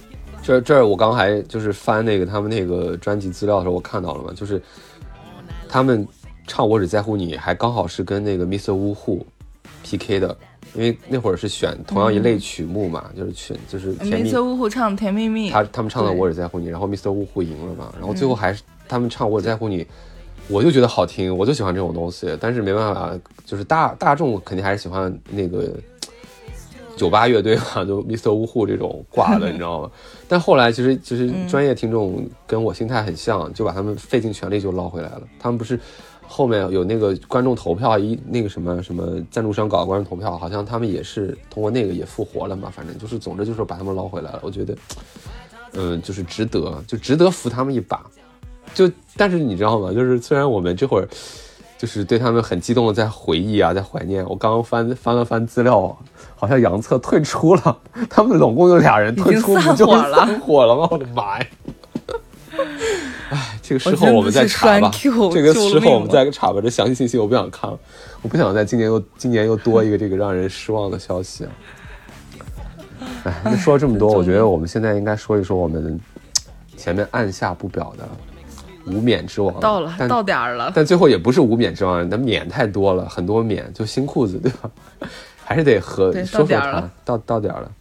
这我刚还就是翻那个他们那个专辑资料的时候，我看到了嘛，就是他们唱我只在乎你还刚好是跟那个 Mr. Wu Hu PK 的，因为那会儿是选同样一类曲目嘛，就是甜蜜 Mr. Wu Hu 唱甜蜜蜜， 他们唱的我只在乎你，然后 Mr. Wu Hu 赢了嘛，然后最后还是他们唱我只在乎你，我就觉得好听，我就喜欢这种东西，但是没办法，就是大众肯定还是喜欢那个酒吧乐队嘛，就 Mr. Wu Hu 这种挂的，你知道吗？但后来其实专业听众跟我心态很像，就把他们费尽全力就捞回来了。他们不是后面有那个观众投票那个什么赞助商搞观众投票，好像他们也是通过那个也复活了嘛。反正就是总之就是把他们捞回来了。我觉得，就是值得扶他们一把。但是你知道吗？就是虽然我们这会儿就是对他们很激动的在回忆啊，在怀念。我刚刚翻了翻资料，好像杨策退出了，他们总共有2人退出，不就散伙了吗？我的妈呀！哎，这个时候我们再查吧。这个时候我们再查吧，这详细信息我不想看，我不想在今年又多一个这个让人失望的消息。哎，那说了这么多，我觉得我们现在应该说一说我们前面按下不表的无冕之王。 到点儿了， 但最后也不是无冕之王，那冕太多了，很多冕，就新裤子，对吧？还是得说说他，到点儿了。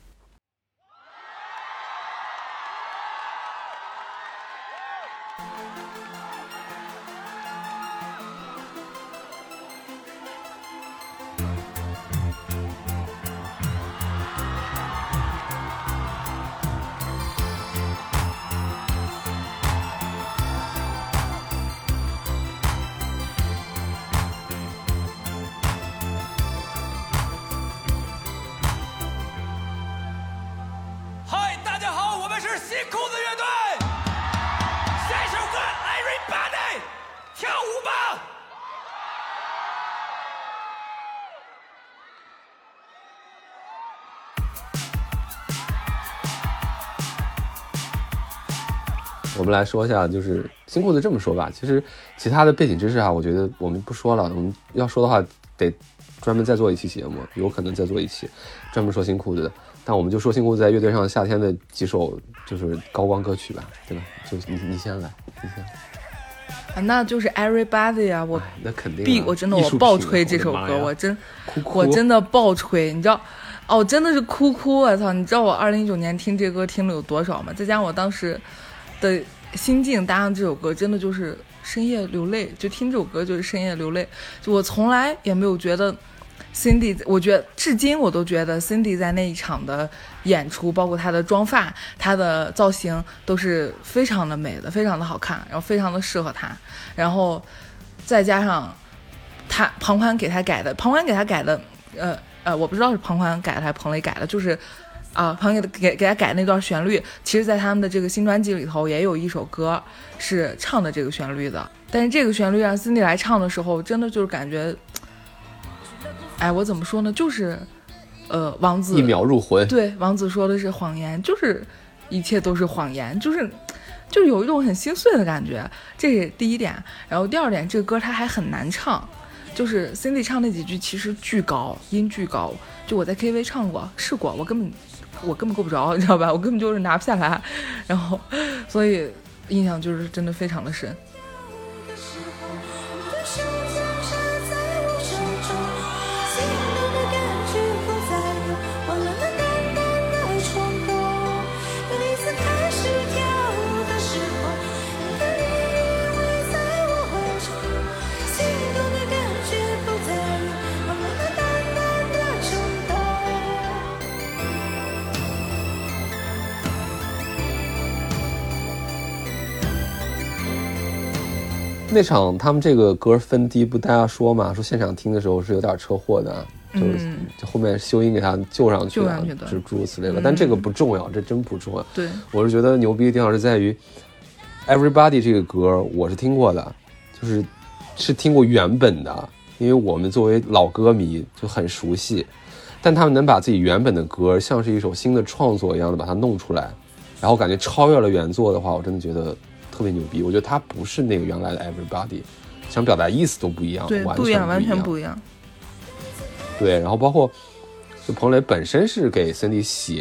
我们来说一下，就是新裤子这么说吧，其实其他的背景知识啊，我觉得我们不说了，我们要说的话得专门再做一期节目，有可能再做一期专门说新裤子的，但我们就说新裤子在乐队上夏天的几首就是高光歌曲吧，对吧？就你先来， 那就是 Everybody 啊， 那肯定我真的我爆吹这首歌，我真的爆吹，你知道哦，真的是哭，我操！你知道我2019年听这歌听了有多少吗？再加上我当时的心境搭上这首歌，真的就是深夜流泪，就听这首歌就是深夜流泪。就我从来也没有觉得 Cindy， 我觉得至今我都觉得 Cindy 在那一场的演出，包括她的妆发、她的造型都是非常的美的，非常的好看，然后非常的适合她。然后再加上庞宽给她改的，我不知道是庞宽改的还是彭磊改的，就是庞宽给他改那段旋律，其实在他们的这个新专辑里头也有一首歌是唱的这个旋律的，但是这个旋律让 Cindy 来唱的时候，真的就是感觉，哎，我怎么说呢，就是王子一秒入魂。 对，王子说的是谎言，就是一切都是谎言，就是有一种很心碎的感觉，这是第一点。然后第二点，这个歌它还很难唱，就是 Cindy 唱那几句其实巨高，音巨高，就我在 KTV 唱过试过，我根本够不着，你知道吧？我根本就是拿不下来，然后所以印象就是真的非常的深。 那场他们这个歌分低，不大家说嘛，说现场听的时候是有点车祸的，就后面修音给他救上去了，就是诸如此类的。但这个不重要，这真不重要。 对， 我是觉得牛逼的地方是在于 Everybody 这个歌我是听过的，是听过原本的，因为我们作为老歌迷就很熟悉，但他们能把自己原本的歌像是一首新的创作一样的把它弄出来，然后感觉超越了原作的话，我真的觉得特别牛逼。我觉得他不是那个原来的 Everybody， 想表达意思都不一样， 对，完全不一样。 对，然后包括就彭磊本身是给 Cindy 写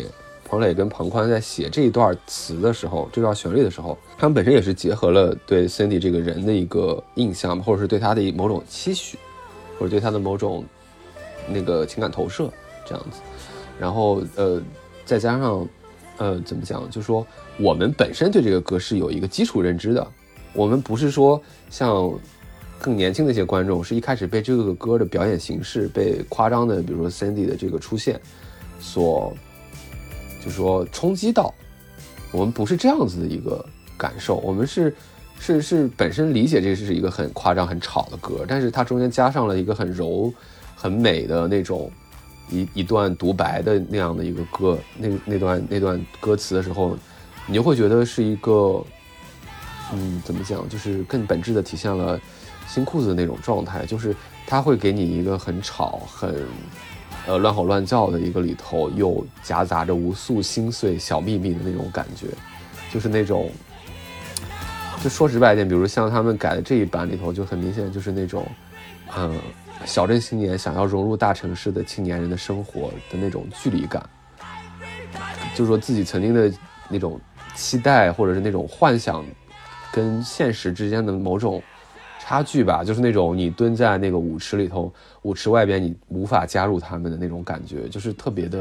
彭磊跟庞宽在写这一段词的时候，这段旋律的时候，他们本身也是结合了对 Cindy 这个人的一个印象，或者是对他的某种期许，或者对他的某种那个情感投射这样子。然后再加上怎么讲，就是说我们本身对这个歌是有一个基础认知的，我们不是说像更年轻的一些观众是一开始被这个歌的表演形式被夸张的，比如说 Cindy 的这个出现所就是说冲击到，我们不是这样子的一个感受，我们是本身理解这是一个很夸张很吵的歌，但是它中间加上了一个很柔很美的那种一段独白的那样的一个歌，那段歌词的时候，你就会觉得是一个怎么讲，就是更本质的体现了新裤子的那种状态，就是它会给你一个很吵很乱吼乱叫的一个里头又夹杂着无数心碎小秘密的那种感觉，就是那种，就说直白一点，比如像他们改的这一版里头就很明显就是那种小镇青年想要融入大城市的青年人的生活的那种距离感，就是说自己曾经的那种期待或者是那种幻想跟现实之间的某种差距吧，就是那种你蹲在那个舞池里头，舞池外边你无法加入他们的那种感觉，就是特别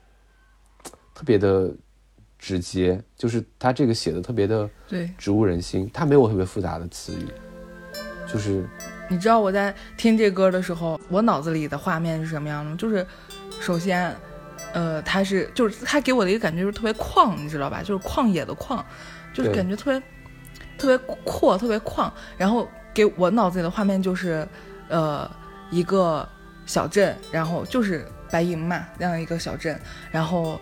的直接，就是他这个写的特别的直入人心，他没有特别复杂的词语，就是你知道我在听这歌的时候，我脑子里的画面是什么样的？就是首先就是他给我的一个感觉就是特别旷，你知道吧？就是旷野的旷，就是感觉特别阔，特别旷。然后给我脑子里的画面就是一个小镇，然后就是白银嘛这样一个小镇，然后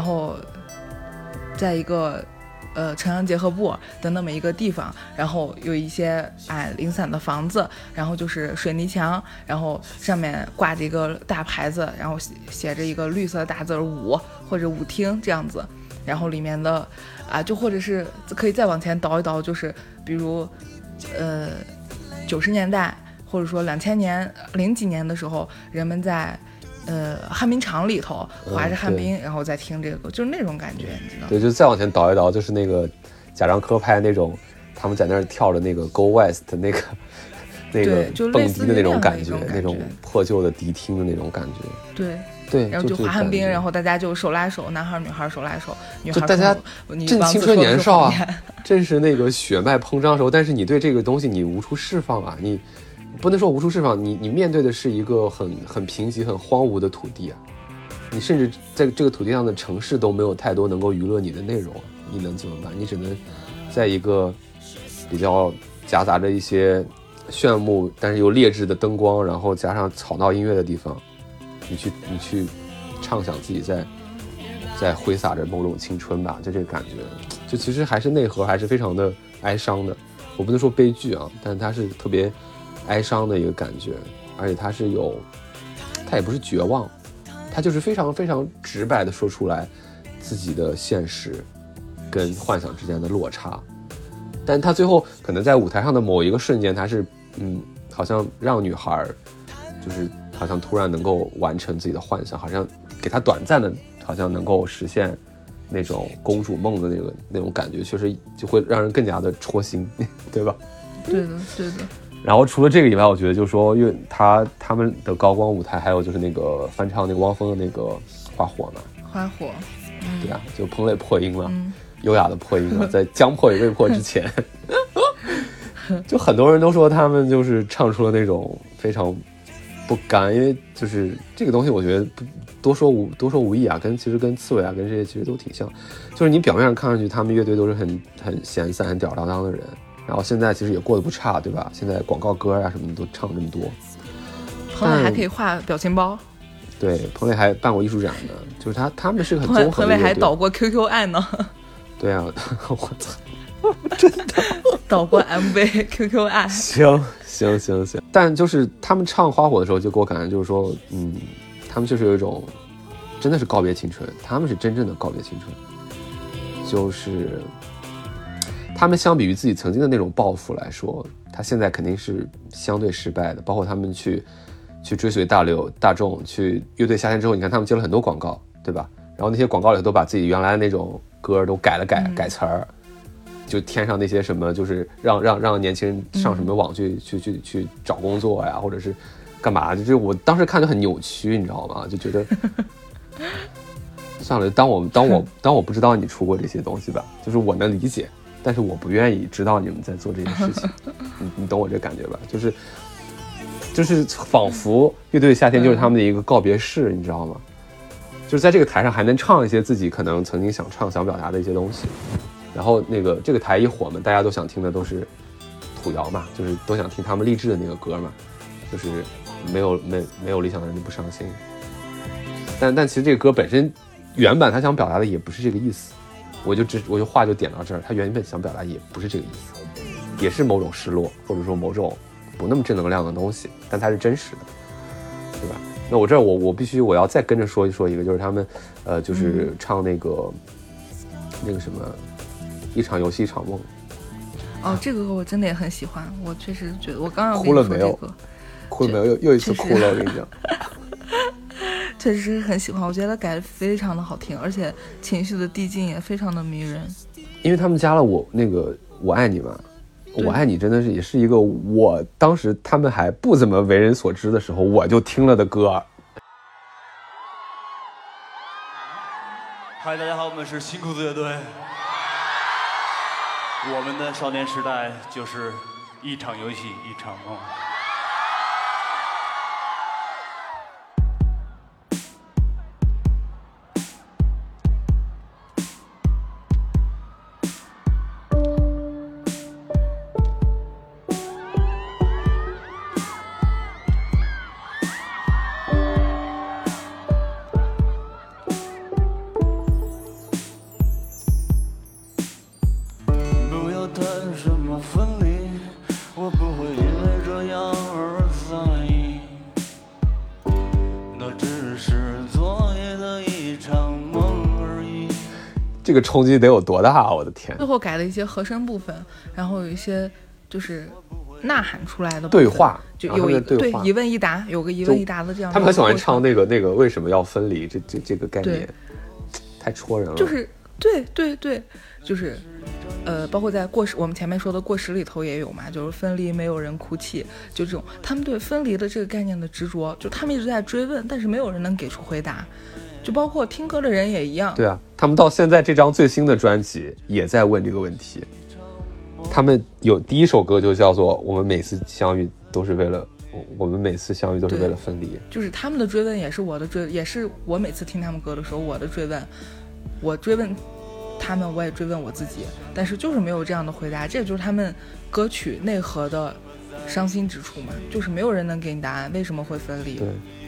在一个城乡结合部的那么一个地方，然后有一些零散的房子，然后就是水泥墙，然后上面挂着一个大牌子，然后写着一个绿色的大字舞或者舞厅这样子，然后里面的就或者是可以再往前倒一倒，就是比如90年代或者说2000年零几年的时候，人们在旱冰场里头划着旱冰，然后再听这个歌，就是那种感觉，你知道吗？ 对，就再往前倒一倒，就是那个贾樟柯拍那种，他们在那儿跳着那个 Go West 那个蹦迪的那种感觉，那种破旧的迪厅的那种感觉。对， 然后就滑旱冰，然后大家就手拉手，男孩女孩手拉手，女孩就大家正青春年少啊，正是那个血脉膨胀的时候，但是你对这个东西你无处释放啊，你不能说无处释放，你面对的是一个很贫瘠很荒芜的土地啊，你甚至在这个土地上的城市都没有太多能够娱乐你的内容，你能怎么办？你只能在一个比较夹杂着一些炫目但是又劣质的灯光，然后加上吵闹音乐的地方，你去畅想自己在挥洒着某种青春吧，就这个感觉，就其实还是内核还是非常的哀伤的，我不能说悲剧啊，但它是特别哀伤的一个感觉，而且它也不是绝望，它就是非常非常直白的说出来自己的现实跟幻想之间的落差，但他最后可能在舞台上的某一个瞬间，他是好像让女孩就是好像突然能够完成自己的幻想，好像给她短暂的好像能够实现那种公主梦的那种感觉，确实就会让人更加的戳心，对吧？ 对的。 然后除了这个以外，我觉得就是说，因为他们的高光舞台，还有就是那个翻唱那个汪峰的那个花火嘛， 花火， 对啊，就彭磊破音了，优雅的破音了，在将破与未破之前，就很多人都说他们就是唱出了那种非常不甘，因为就是这个东西，我觉得多说无益啊，其实跟刺猬啊，跟这些其实都挺像，就是你表面上看上去他们乐队都是很闲散、很吊儿郎当的人。然后现在其实也过得不差，对吧？现在广告歌啊什么的都唱这么多。 彭磊还可以画表情包。 对，彭磊还办过艺术展呢，就是他们是个很综合的乐队。彭磊还导过 QQ 爱呢。 对啊，我操，真的导过 MV QQ 爱。 行，但就是他们唱花火的时候，就给我感觉就是说，他们就是有一种真的是告别青春，他们是真正的告别青春，就是。他们相比于自己曾经的那种抱负来说，他现在肯定是相对失败的，包括他们去追随大众，去乐队夏天之后，你看他们接了很多广告，对吧？然然后那些广告里都把自己原来的那种歌都改词儿，就添上那些什么，就是让年轻人上什么网去找工作呀，或者是干嘛？就是我当时看就很扭曲，你知道吗？就觉得算了，当我不知道你出过这些东西吧，就是我能理解，但是我不愿意知道你们在做这件事情。你懂我这感觉吧？就是仿佛乐队夏天就是他们的一个告别式，你知道吗？就是在这个台上还能唱一些自己可能曾经想唱想表达的一些东西，然后这个台一火嘛，大家都想听的都是土谣嘛，就是都想听他们励志的那个歌嘛，就是没有理想的人就不伤心。但其实这个歌本身原版他想表达的也不是这个意思，我就话就点到这儿，他原本想表达也不是这个意思，也是某种失落或者说某种不那么正能量的东西，但它是真实的，对吧？那我这儿我要再跟着说一个，就是他们就是唱那个什么一场游戏一场梦。 哦，这个歌我真的也很喜欢，我确实觉得我刚要哭了没有？哭了没有？又一次哭了，我跟你讲。 确实很喜欢，我觉得改得非常的好听，而且情绪的递进也非常的迷人。 因为他们加了我爱你嘛，我爱你真的是也是一个我当时他们还不怎么为人所知的时候我就听了的歌。 嗨，大家好，我们是新裤子乐队。我们的少年时代就是一场游戏一场梦。 这个冲击得有多大啊！我的天！ 最后改了一些和声部分，然后有一些就是呐喊出来的对话， 就有一个对一问一答，有个一问一答的这样的。 他们很喜欢唱那个为什么要分离这个概念，太戳人了。 就是对，就是包括在我们前面说的过时里头也有嘛，就是分离没有人哭泣，就这种他们对分离的这个概念的执着，就他们一直在追问，但是没有人能给出回答。就包括听歌的人也一样。对啊，他们到现在这张最新的专辑也在问这个问题。他们有第一首歌就叫做我们每次相遇都是为了分离。 就是他们的追问也是我的追问，也是我每次听他们歌的时候我的追问。我追问他们，我也追问我自己，但是就是没有这样的回答。这就是他们歌曲内核的伤心之处嘛，就是没有人能给你答案，为什么会分离。 对，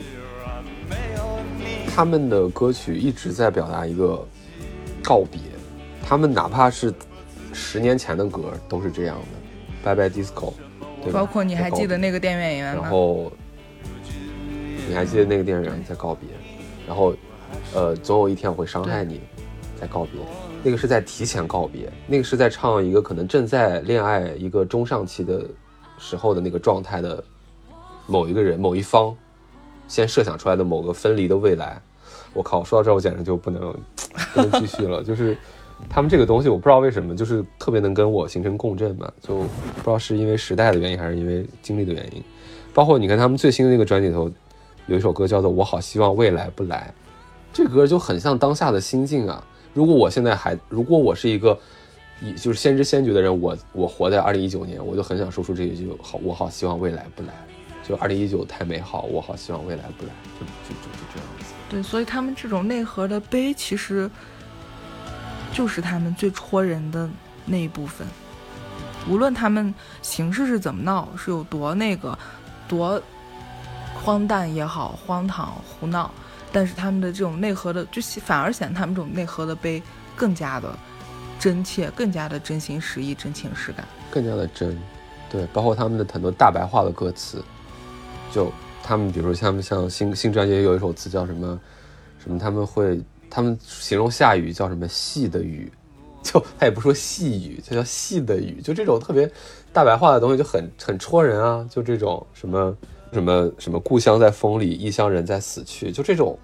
他们的歌曲一直在表达一个告别，他们哪怕是10年前的歌都是这样的，拜拜 disco， 对吧？ 包括你还记得那个电影演员吗？ 然后你还记得那个电影演员在告别，然后总有一天我会伤害你，在告别，那个是在提前告别，那个是在唱一个可能正在恋爱一个中上期的时候的那个状态的某一个人某一方先设想出来的某个分离的未来。我靠，说到这儿我简直就不能继续了。就是他们这个东西我不知道为什么就是特别能跟我形成共振嘛，就不知道是因为时代的原因还是因为经历的原因。包括你看他们最新的那个专辑里头有一首歌叫做我好希望未来不来，这歌就很像当下的心境啊。如果我是一个就是先知先觉的人，我活在2019年，我就很想说出这一句我好希望未来不来，就2019太美好，我好希望未来不来，就这样子。 对，所以他们这种内核的悲其实就是他们最戳人的那一部分，无论他们形式是怎么闹，是有多多荒诞也好，荒唐胡闹，但是他们的这种内核的就反而显得他们这种内核的悲更加的真切，更加的真心实意，真情实感，更加的真。对，包括他们的很多大白话的歌词，就他们比如说像新专辑有一首词叫什么他们形容下雨叫什么细的雨，就他也不说细雨，就叫细的雨，就这种特别大白话的东西就很戳人啊。就这种什么故乡在风里，异乡人在死去，就这种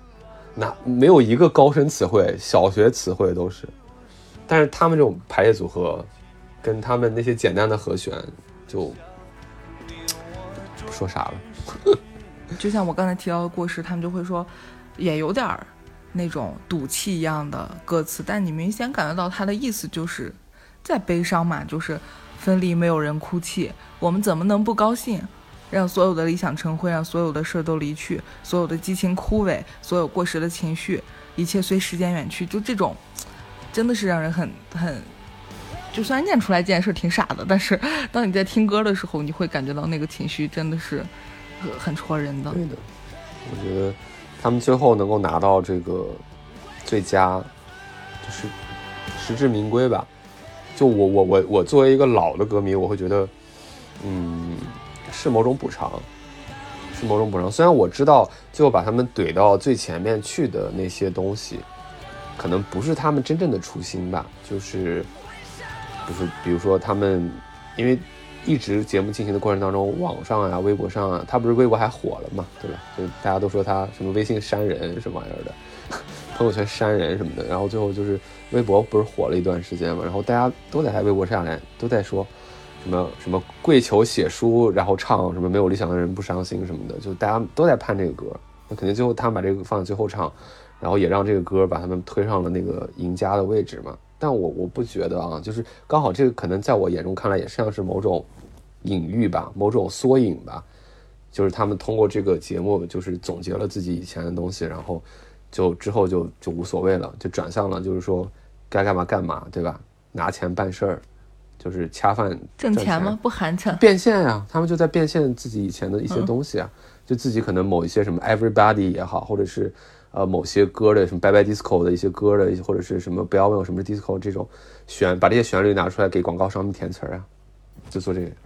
没有一个高深词汇，小学词汇都是。但是他们这种排列组合，跟他们那些简单的和弦，就不说啥了。 就像我刚才提到的过失，他们就会说，也有点那种赌气一样的歌词，但你明显感觉到他的意思就是在悲伤嘛，就是分离没有人哭泣，我们怎么能不高兴？让所有的理想成灰，让所有的事都离去，所有的激情枯萎，所有过时的情绪，一切随时间远去。就这种真的是让人很就虽然念出来这件事挺傻的，但是当你在听歌的时候，你会感觉到那个情绪真的是很戳人的。 对的，我觉得他们最后能够拿到这个最佳，就是实至名归吧。就我作为一个老的歌迷，我会觉得，是某种补偿，是某种补偿。虽然我知道最后把他们怼到最前面去的那些东西，可能不是他们真正的初心吧，就是比如说他们因为一直节目进行的过程当中，网上啊、微博上啊，他不是微博还火了嘛，对吧？就大家都说他什么微信删人什么玩意儿的，朋友圈删人什么的，然后最后就是微博不是火了一段时间嘛，然后大家都在微博上来都在说什么跪求写书，然后唱什么没有理想的人不伤心什么的，就大家都在盼这个歌，那肯定最后他们把这个放在最后唱，然后也让这个歌把他们推上了那个赢家的位置嘛。但我不觉得啊，就是刚好这个可能在我眼中看来也像是某种隐喻吧，某种缩影吧，就是他们通过这个节目就是总结了自己以前的东西，然后就之后就无所谓了，就转向了就是说该干嘛干嘛，对吧？拿钱办事儿，就是恰饭挣钱吗？不寒碜， 变现啊，他们就在变现自己以前的一些东西啊，就自己可能某一些什么 Everybody 也好，或者是某些歌的什么 Bye Bye Disco 的一些歌的，或者是什么不要问我什么是 Disco 这种把这些旋律拿出来给广告商们填词啊，就做这个。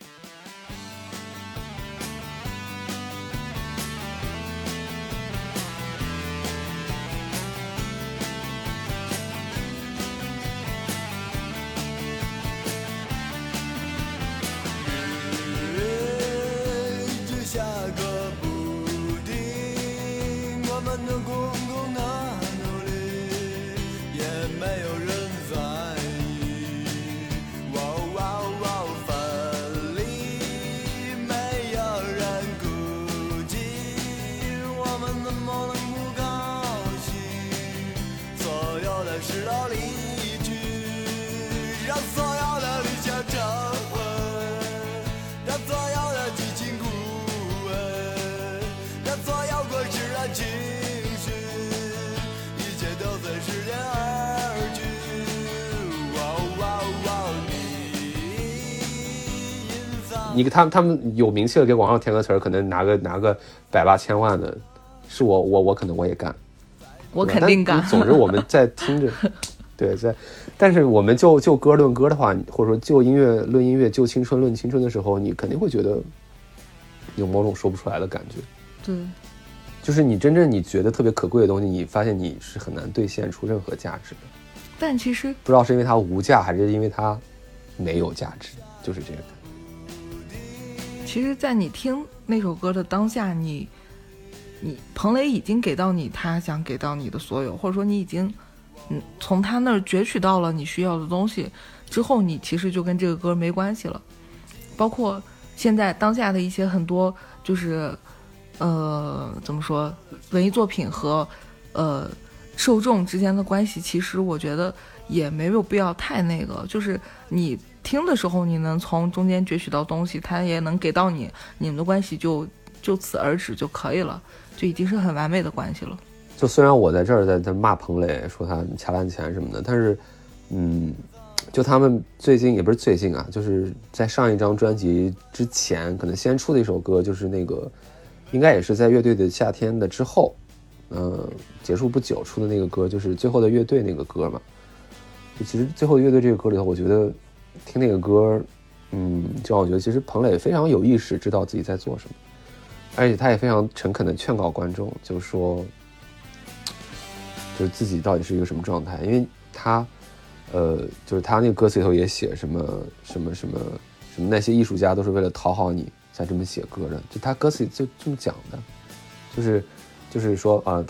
他们有名气的给广告填个词儿，可能拿个100万1000万的，是我可能我也干， 我肯定干。 总之我们在听着，对，但是我们就歌论歌的话，或者说就音乐论音乐，就青春论青春的时候，你肯定会觉得有某种说不出来的感觉。 对， 就是你真正你觉得特别可贵的东西，你发现你是很难兑现出任何价值的。 但其实不知道是因为它无价，还是因为它没有价值，就是这个。 其实在你听那首歌的当下，你彭磊已经给到你他想给到你的所有，或者说你已经从他那儿攫取到了你需要的东西之后，你其实就跟这个歌没关系了。包括现在当下的一些很多就是怎么说，文艺作品和受众之间的关系，其实我觉得也没有必要太那个，就是你听的时候你能从中间攫取到东西，他也能给到你，你们的关系就此而止就可以了，就已经是很完美的关系了。 就虽然我在这儿在骂彭磊，说他掐烂钱什么的，但是就他们最近也不是最近啊，就是在上一张专辑之前可能先出的一首歌，就是那个应该也是在乐队的夏天的之后结束不久出的那个歌，就是最后的乐队那个歌嘛。其实最后的乐队这个歌里头，我觉得听那个歌就让我觉得其实彭磊非常有意识知道自己在做什么，而且他也非常诚恳的劝告观众，就是说就是自己到底是一个什么状态。因为他就是他那个歌词里头也写什么那些艺术家都是为了讨好你才这么写歌的，就他歌词里就这么讲的，就是说他说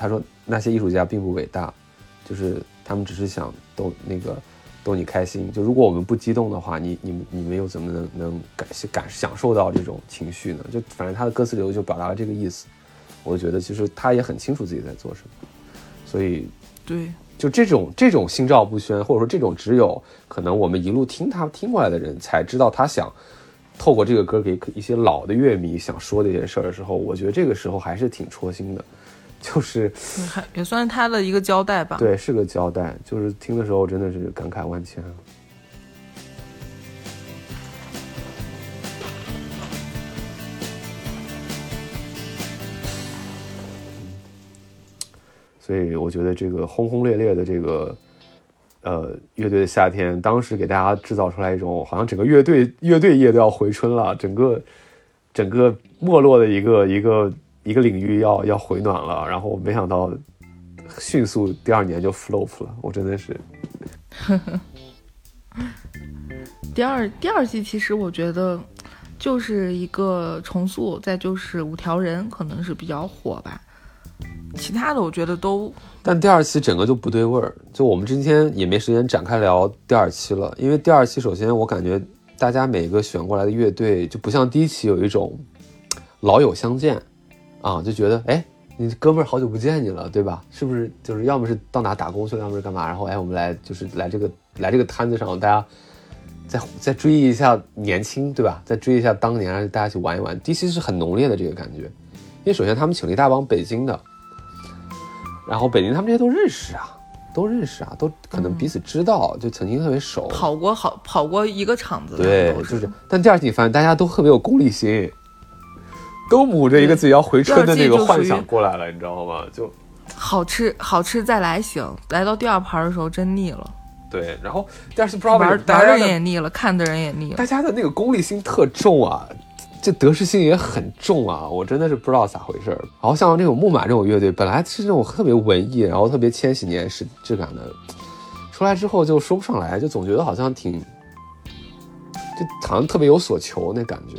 那些艺术家并不伟大，就是他们只是想逗你开心。就如果我们不激动的话，你们又怎么能享受到这种情绪呢？就反正他的歌词里头就表达了这个意思。我觉得其实他也很清楚自己在做什么，所以对， 就这种心照不宣，或者说这种只有可能我们一路听过来的人才知道他想透过这个歌给一些老的乐迷想说的一些事儿的时候，我觉得这个时候还是挺戳心的，就是也算是他的一个交代吧。 对，是个交代，就是听的时候真的是感慨万千。所以我觉得这个轰轰烈烈的这个乐队的夏天，当时给大家制造出来一种好像整个乐队业都要回春了，整个没落的一个领域要回暖了，然后没想到迅速第2年就 flop 了，我真的是。 第二季其实我觉得就是一个重塑，再就是5条人可能是比较火吧。其他的我觉得都， 但第2期整个就不对味儿，就我们今天也没时间展开聊第2期了，因为第2期首先我感觉大家每个选过来的乐队就不像第1期有一种老友相见啊，就觉得哎，你哥们儿好久不见你了，对吧？是不是就是要么是到哪打工去了，要么是干嘛，然后哎我们来这个摊子上，大家再追忆一下年轻，对吧？再追忆一下当年，让大家一起玩一玩。第1期是很浓烈的这个感觉，因为首先他们请了一大帮北京的。然后北京他们这些都认识啊，都可能彼此知道，就曾经特别熟， 跑过一个场子， 对，就是。但第2季你发现大家都特别有功利心，都母着一个自己要回春的那个幻想过来了，你知道吗？就好吃再来行，来到第2盘的时候真腻了。 对，然后第2季不知道为什么玩的人也腻了，看的人也腻了， 大家的那个功利心特重啊。这得失心也很重啊，我真的是不知道咋回事。然后像这种木马这种乐队，本来是这种特别文艺，然后特别千禧年质感的，出来之后就说不上来，就总觉得好像就好像特别有所求那感觉。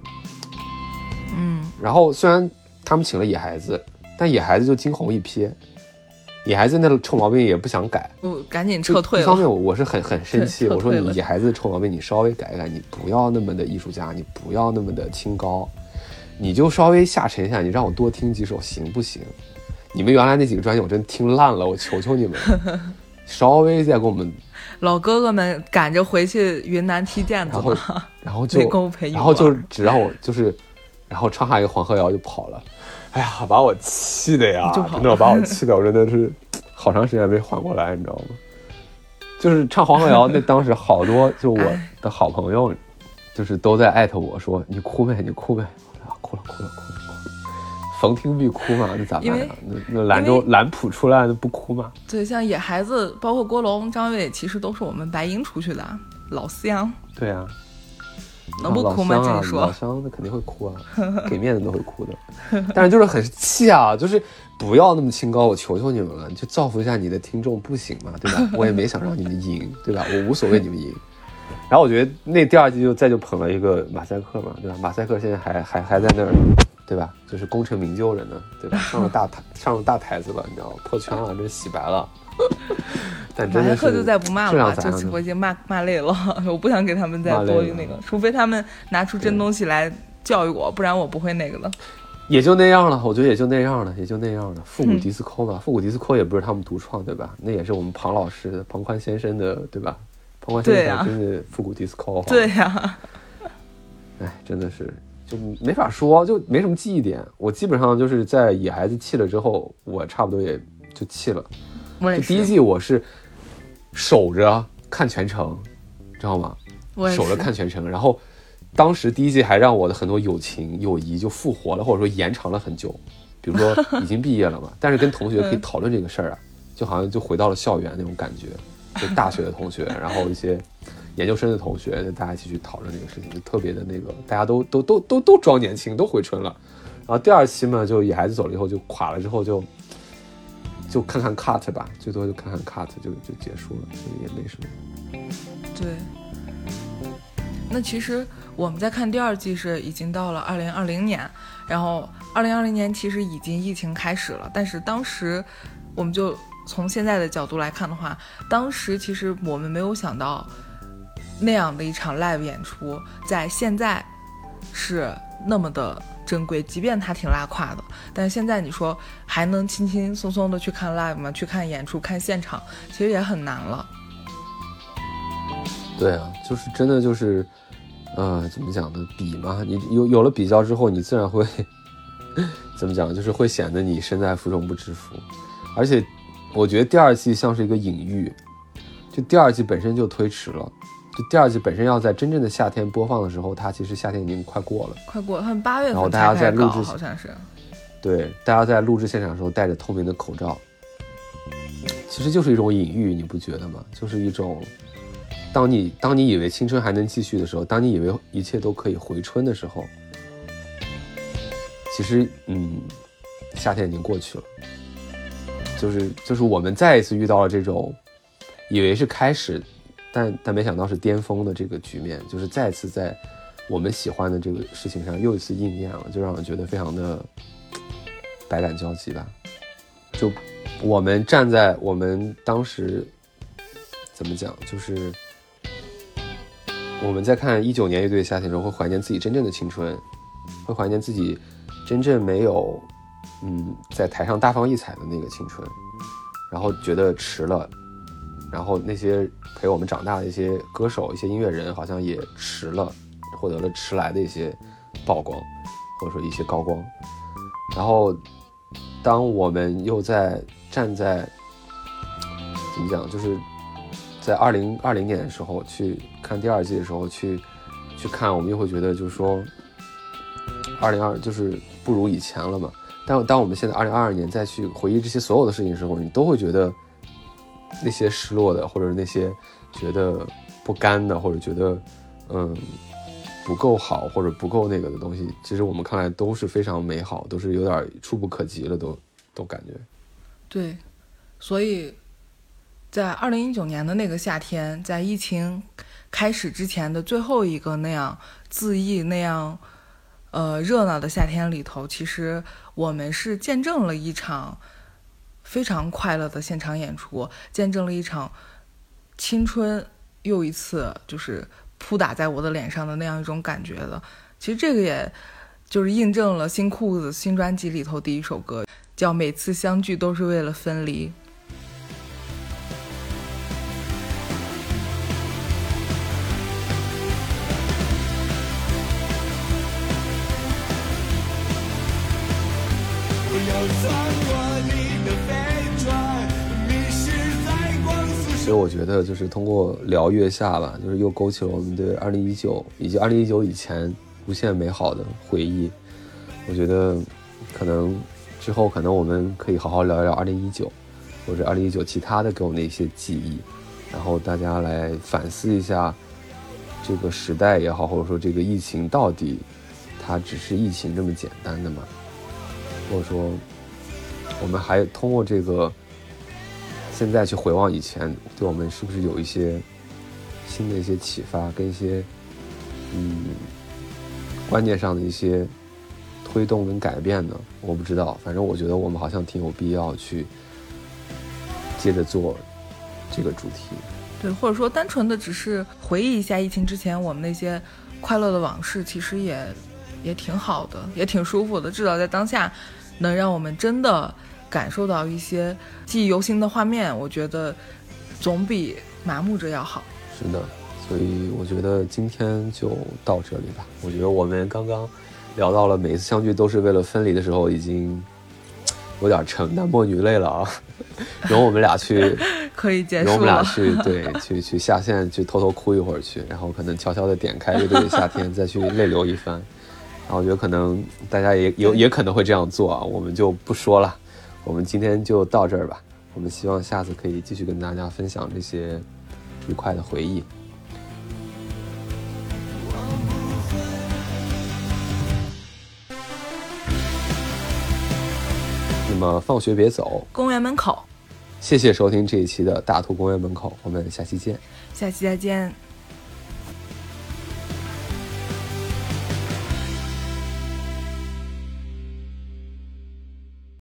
然后虽然他们请了野孩子，但野孩子就惊鸿一瞥，野孩子那个臭毛病也不想改， 赶紧撤退了。 一方面我是很生气，我说你野孩子的臭毛病你稍微改一改，你不要那么的艺术家，你不要那么的清高，你就稍微下沉一下，你让我多听几首行不行？你们原来那几个专辑我真听烂了，我求求你们稍微再给我们老哥哥们赶着回去云南踢毽子， 然后就只让我就是然后唱下一个黄河谣就跑了。哎呀，把我气的呀！真的把我气的，我真的是好长时间没缓过来，你知道吗？就是唱黄河谣，那当时好多就我的好朋友，就是都在艾特我说你哭呗，你哭呗，啊，哭了，逢听必哭嘛，那咋办呀？那兰普出来那不哭吗？ 对，像野孩子，包括郭龙、张伟，其实都是我们白银出去的老乡。 对啊。 能不哭吗？这说老乡那肯定会哭啊，给面子都会哭的。但是就是很气啊，就是不要那么清高，我求求你们了，你就造福一下你的听众不行吗？对吧？我也没想让你们赢，对吧？我无所谓你们赢。然后我觉得那第2季就捧了一个马赛克嘛，对吧？马赛克现在还在那儿，对吧？就是功成名就人呢，对吧？上了大台子了，你知道吗？破圈了，真洗白了。但真的是马赛克就再不骂了吧，就是我已经骂累了，我不想给他们再多那个，除非他们拿出真东西来教育我，不然我不会那个的。 也就那样了，我觉得也就那样了。复古迪斯科吧，复古迪斯科也不是他们独创，对吧？那也是我们庞老师、庞宽先生的，对吧？庞宽先生真的复古迪斯科， 对呀。 哎，真的是就没法说，就没什么记忆点。我基本上就是在野孩子弃了之后，我差不多也就弃了。 我也是。 第1季我是守着看全程，知道吗？守着看全程，然后当时第1季还让我的很多友谊就复活了，或者说延长了很久。比如说已经毕业了嘛，但是跟同学可以讨论这个事儿啊，就好像就回到了校园那种感觉，就大学的同学，然后一些研究生的同学，就大家一起去讨论这个事情，就特别的那个，大家都装年轻，都回春了。然后第2期嘛，就野孩子走了以后就垮了，之后就看看 cut 吧，最多就看看 cut 就结束了，所以也没什么。 对，那其实我们在看第2季是已经到了2020年，然后2020年其实已经疫情开始了，但是当时我们就从现在的角度来看的话，当时其实我们没有想到那样的一场 live 演出在现在是那么的珍贵，即便它挺拉胯的，但是现在你说还能轻轻松松的去看 live 吗？去看演出看现场其实也很难了。 对啊，就是真的就是怎么讲呢，比嘛，你有了比较之后，你自然会怎么讲，就是会显得你身在福中不知福。而且我觉得第2季像是一个隐喻，就第2季本身就推迟了，就第2季本身要在真正的夏天播放的时候，它其实夏天已经快过了， 他们8月份然后大家在录制好像是， 对，大家在录制现场的时候戴着透明的口罩，其实就是一种隐喻，你不觉得吗？就是一种当你以为青春还能继续的时候，当你以为一切都可以回春的时候，其实夏天已经过去了。就是我们再一次遇到了这种以为是开始，但没想到是巅峰的这个局面，就是再次在我们喜欢的这个事情上又一次应验了，就让我觉得非常的百感交集吧。就我们站在我们当时怎么讲，就是我们在看19年乐队的夏天中，会怀念自己真正的青春，会怀念自己真正没有在台上大放异彩的那个青春，然后觉得迟了，然后那些陪我们长大的一些歌手、一些音乐人，好像也迟了，获得了迟来的一些曝光，或者说一些高光。然后，当我们又站在怎么讲，就是在2020年的时候去看第2季的时候去看，我们又会觉得就是说，2022就是不如以前了嘛。但当我们现在2022年再去回忆这些所有的事情的时候，你都会觉得那些失落的，或者是那些觉得不甘的，或者觉得不够好或者不够那个的东西，其实我们看来都是非常美好，都是有点触不可及了，都感觉。 对，所以在2019年的那个夏天，在疫情开始之前的最后一个那样恣意那样热闹的夏天里头，其实我们是见证了一场非常快乐的现场演出，见证了一场青春又一次就是扑打在我的脸上的那样一种感觉的。其实这个也就是印证了新裤子新专辑里头第一首歌，叫每次相聚都是为了分离。 所以我觉得就是通过聊月下吧，就是又勾起了我们对2019以及2019以前无限美好的回忆。我觉得可能之后可能我们可以好好聊一聊2019，或者2019其他的给我们的一些记忆，然后大家来反思一下这个时代也好，或者说这个疫情到底它只是疫情这么简单的吗？或者说我们还通过这个现在去回望以前，对我们是不是有一些新的一些启发，跟一些观念上的一些推动跟改变呢？我不知道，反正我觉得我们好像挺有必要去接着做这个主题。 对，或者说单纯的只是回忆一下疫情之前我们那些快乐的往事，其实也挺好的，也挺舒服的，至少在当下能让我们真的感受到一些记忆犹新的画面，我觉得总比麻木着要好。 是的，所以我觉得今天就到这里吧。我觉得我们刚刚聊到了每一次相聚都是为了分离的时候，已经有点成男默女泪了啊。容我们俩去可以结束了， 容我们俩去下线去偷偷哭一会儿去，然后可能悄悄的点开乐队的夏天再去泪流一番。然后我觉得可能大家也可能会这样做啊，我们就不说了。我们今天就到这儿吧，我们希望下次可以继续跟大家分享这些愉快的回忆。那么放学别走， 公园门口。 谢谢收听这一期的大图公园门口，我们下期见。 下期再见。